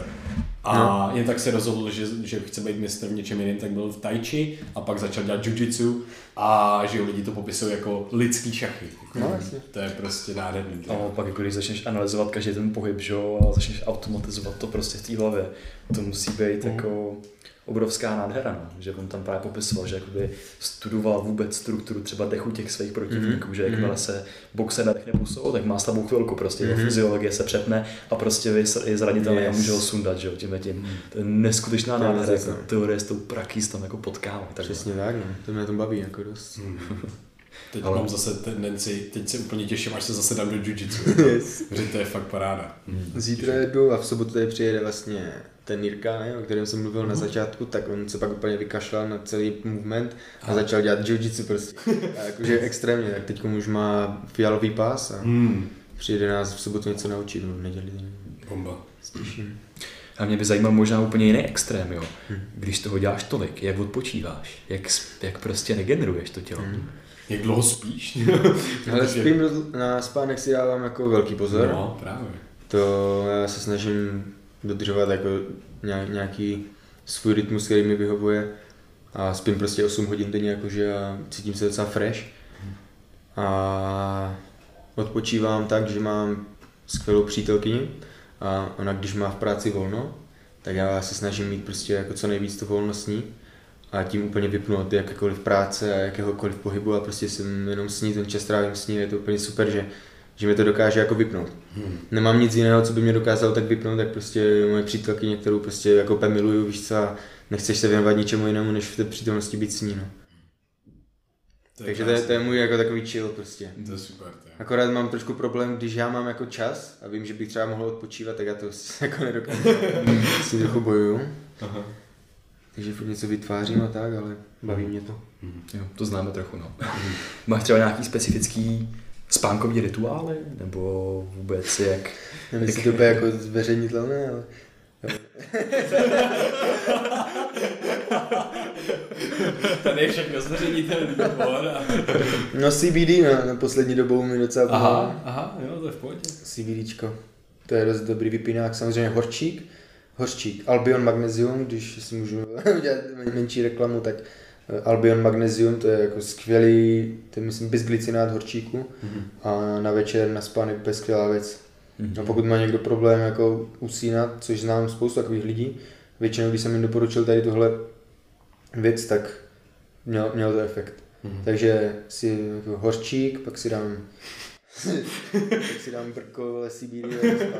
A jen tak se rozhodl, že chce být mistr v něčem jiném, tak byl v tai chi a pak začal dělat jiu-jitsu a že lidi to popisují jako lidský šachy. No, to je prostě nádherný. A pak jako když začneš analyzovat každý ten pohyb, že jo, a začneš automatizovat to prostě v té hlavě, to musí být jako obrovská nádhera, no. Že on tam právě popisoval, že jakoby studoval vůbec strukturu třeba dechu těch svých protivníků, že jakmile se boxer nadechne pusou, tak má slabou chvilku, prostě fyziologie se přepne a prostě je zranitelný a může ho sundat, že jo, tím. To je neskutečná nádhera, jako teorie s tou praxí tam jako potkává. Přesně tak, no. To mě na tom baví jako dost. Teď mám zase tendenci, teď se úplně těším, až se zase dám do jiu-jitsu. Yes. Protože to je fakt paráda. Zítra jdu a v sobotu tady přijede vlastně ten Jirka, ne, o kterém jsem mluvil na začátku, tak on se pak úplně vykašlal na celý movement a začal dělat jiu-jitsu prostě. A jakože extrémně, tak teď už má fialový pás a přijede nás v sobotu něco naučit, no v neděli. Bomba. Slyším. A mě by zajímal možná úplně jiný extrém, jo. Když toho děláš tolik, jak odpočíváš, jak prostě regeneruješ to tělo. Jak dlouho spíš? Ale na spánek si dávám jako velký pozor. No, právě. To já se snažím dodržovat jako nějaký svůj rytmus, který mi vyhovuje a spím prostě 8 hodin denně jakože a cítím se docela fresh. A odpočívám tak, že mám skvělou přítelkyni a ona když má v práci volno, tak já se snažím mít prostě jako co nejvíc to volno s ní a tím úplně vypnout jakékoliv práce a jakéhokoliv pohybu a prostě jsem jenom s ní, ten čas trávím s ní, je to úplně super, že mi to dokáže jako vypnout. Nemám nic jiného, co by mě dokázalo tak vypnout, tak prostě moje přítelkyně, kterou prostě jako miluju, víš co, a nechceš se věnovat ničemu jinému, než v té přítomnosti být s ní, no. Takže to je můj jako takový chill prostě. To je super. Akorát mám trošku problém, když já mám jako čas a vím, že bych třeba mohl odpočívat, tak já to jako nedokážu. S tím trochu bojuju. Aha. Takže furt něco vytvářím a tak, ale baví mě to. Jo, to známe trochu, no. Máš třeba nějaký specifický spánkový rituály, nebo vůbec jak... Nevím, jestli to bude jako zveřejnitelné, ale... Tady je všechno zveřejnitelný. No CBD, na poslední dobou mi docela pomáhá. Aha, jo, to je v pohodě. CBDčko, to je dost dobrý vypínák, samozřejmě hořčík, Albion Magnesium, když si můžu udělat menší reklamu, tak Albion Magnesium, to je jako skvělý, to je myslím bisglycinát horčíku a na večer na spánek úplně skvělá věc. No pokud má někdo problém jako usínat, což znám spoustu takových lidí, většinou když jsem jim doporučil tady tuhle věc, tak měl to efekt. Takže si jako horčík, pak si dám brko, CBD a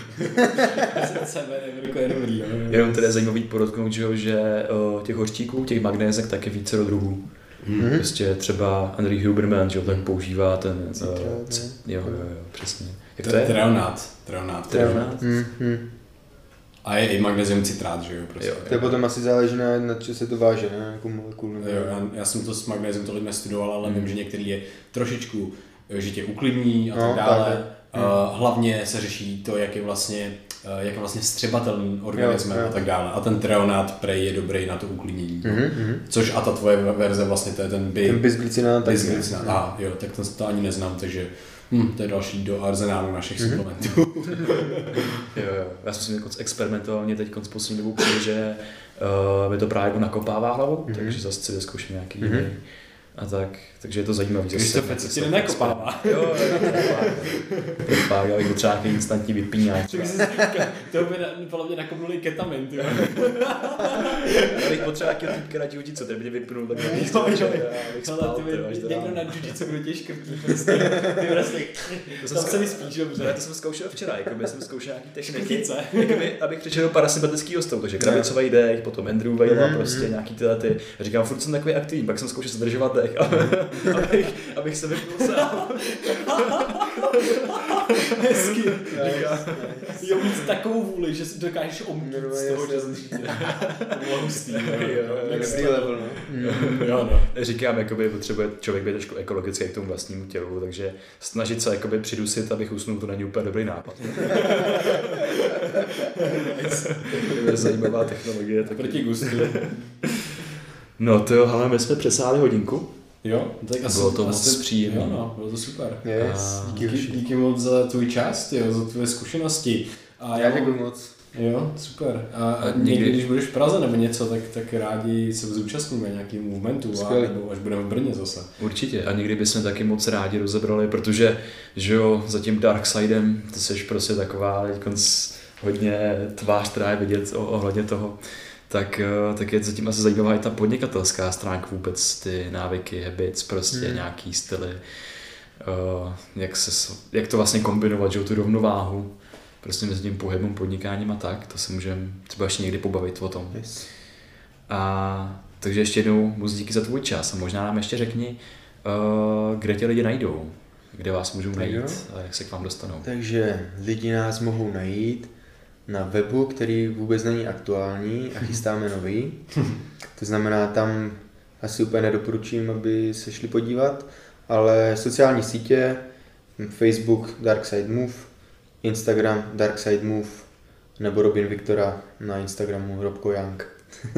Jenom teda zajímavý podotknout, že těch horčíků, těch magnézek tak je více druhů. Prostě třeba Andrew Huberman, že tak používá ten jo, přesně. Jak to je? Treonát. A je i magnézium citrát, že jo? Prostě. To je potom asi záleží na co se to váže, ne? Jako molekulu. Jo, já jsem to s magnézium tolik nestudoval, ale vím, že některý je trošičku, že tě uklidní a tak dále. Hlavně se řeší to, jak je vlastně vstřebatelný organismem a tak dále. A ten treonát prej je dobrý na to uklidnění. Což a ta tvoje verze vlastně, to je ten bisglycinát. Jo, tak to ani neznám, takže to je další do arzenálu našich suplementů. jo. Já jsem si experimentovaně teď s poslední dobou přijde, že mi to právě nakopává hlavu, takže zase si vyzkouším nějaký jiný. A tak, takže je to zajímavý. Kristofe, co ti nenakopává? Jo, já bych třeba nějaký instantní vypínáč. To by podle mě nakopnuli ketamin, ty. Já bych potřeboval nějakého týpka na jiu-jitsu, který by mě vypnul tak abych spal. Někdo na jiu-jitsu, kdo tě škrtí. Ty vlastně, tam se mi spíš dobře. To jsem zkoušel včera, jsem zkoušel nějaký techniky, abych přešel do parasympatického stavu, takže kravicový dech, potom Andrew Weil, prostě nějaký ty. Říkám, furt jsem takový aktivní, pak jsem zkoušel zadržovat dech, abych se vypnul sám. Hezky. Jo, mít takovou vůli, že si dokážeš omkít z toho, že zničíte. To bylo hustý. Next level, no. Říkám, jakoby potřebuje člověk být trošku ekologický k tomu vlastnímu tělu, takže snažit se jakoby přidusit, abych usnul, to není úplně dobrý nápad. To je zajímavá technologie. Proti gustu. No to jo, ale my jsme přesáhli hodinku. Jo, tak asi bylo to moc příjemné. Jo, no, bylo to super. Yes, díky moc za tvůj čas, za tvoje zkušenosti. A já děkuji moc. Jo, super. A někdy, když budeš v Praze nebo něco, tak rádi se zúčastníme nějakým movementu, nebo až budeme v Brně zase. Určitě. A někdy bychom taky moc rádi rozebrali, protože že jo, za tím Darksidem, to seš prostě taková hodně tvář, která je vidět ohledně toho. Tak je zatím asi zajímavá i ta podnikatelská stránka vůbec, ty návyky, habits, prostě nějaký styly, jak to vlastně kombinovat, že tu rovnováhu prostě mezi tím pohybem, podnikáním a tak, to se můžeme třeba ještě někdy pobavit o tom. Yes. A takže ještě jednou moc díky za tvůj čas a možná nám ještě řekni, kde tě lidi najdou, kde vás můžou najít a jak se k vám dostanou. Takže lidi nás mohou najít na webu, který vůbec není aktuální a chystáme nový. To znamená, tam asi úplně nedoporučím, aby se šli podívat, ale sociální sítě, Facebook Darkside Move, Instagram Darkside Move, nebo Robin Viktora na Instagramu Robko Young.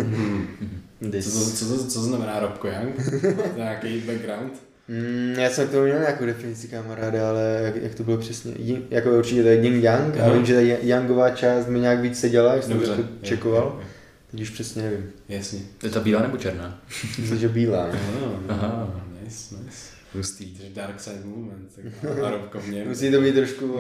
Co znamená Robko Young? Nějaký background? Já jsem k tomu měl nějakou definici kamaráda, ale jak to bylo přesně, jako určitě to je Yin Yang a vím, že ta Yangová část mi nějak víc seděla, jak jsem to čekoval, teď už přesně nevím. Jasně. Je to bílá nebo černá? Myslím, že bílá. Aha, nice. Hustý. Takže Dark Side Movement, a Robko v něm. Musí to být trošku...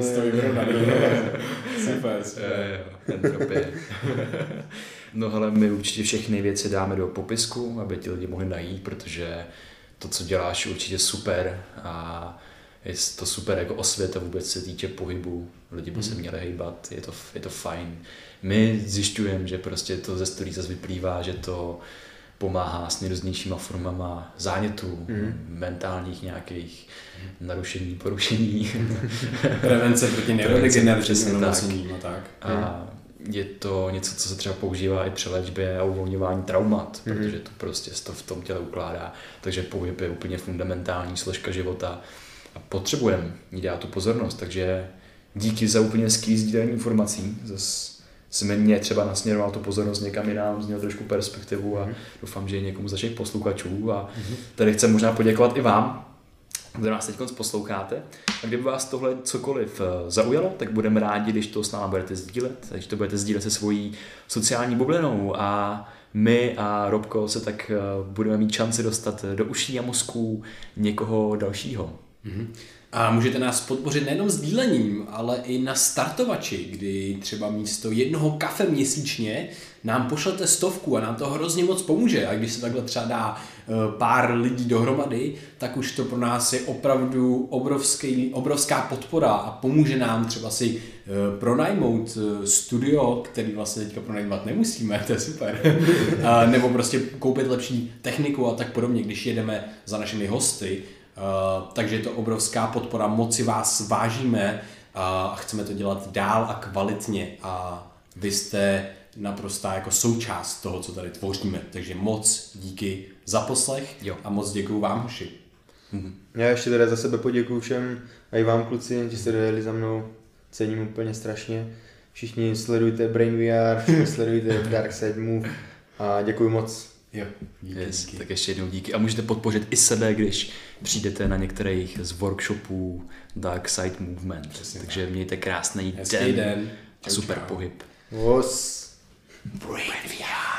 Super. Entropie. No hele, my určitě všechny věci dáme do popisku, aby ti lidi mohli najít, protože to, co děláš, je určitě super a je to super jako osvěta vůbec se týče pohybu. Lidi by se měli hejbat, je to fajn. My zjišťujeme, že prostě to ze story zase vyplývá, že to pomáhá s nejrůznějšíma formama zánětů, mentálních nějakých narušení, porušení. Prevence proti neurodegenerativním onemocněním a tak. A je to něco, co se třeba používá i při léčbě a uvolňování traumat, protože to prostě to v tom těle ukládá. Takže pohyb je úplně fundamentální složka života a potřebujeme jí dát tu pozornost. Takže díky za úplně skvělý sdílení informací. Jsme mě třeba nasměroval tu pozornost někam jinam, zněl trošku perspektivu a doufám, že někomu z našich posluchačů. A tady chci možná poděkovat i vám kdo nás teď posloucháte. A kdyby vás tohle cokoliv zaujalo, tak budeme rádi, když to s náma budete sdílet, když to budete sdílet se svojí sociální bublinou a my a Robko se tak budeme mít šanci dostat do uší a mozků někoho dalšího. A můžete nás podpořit nejenom sdílením, ale i na startovači, kdy třeba místo 1 kafe měsíčně nám pošlete 100 a nám to hrozně moc pomůže. A když se takhle třeba dá pár lidí dohromady, tak už to pro nás je opravdu obrovská podpora a pomůže nám třeba si pronajmout studio, který vlastně teďka pronajmovat nemusíme, to je super. Nebo prostě koupit lepší techniku a tak podobně, když jedeme za našimi hosty. Takže je to obrovská podpora, moc si vás vážíme a chceme to dělat dál a kvalitně a vy jste naprostá jako součást toho, co tady tvoříme. Takže moc díky za poslech a moc děkuju vám, hoši. Já ještě teda za sebe poděkuju všem a i vám kluci, že jste dojeli za mnou, cením úplně strašně. Všichni sledujte Brain VR, všichni sledujte Dark Side Move a děkuju moc. Jo, díky. Tak ještě jednou díky. A můžete podpořit i sebe, když přijdete na některých z workshopů Dark Side Movement. Přesně takže tak. Mějte krásný den a super pohyb. Os. Brain VR.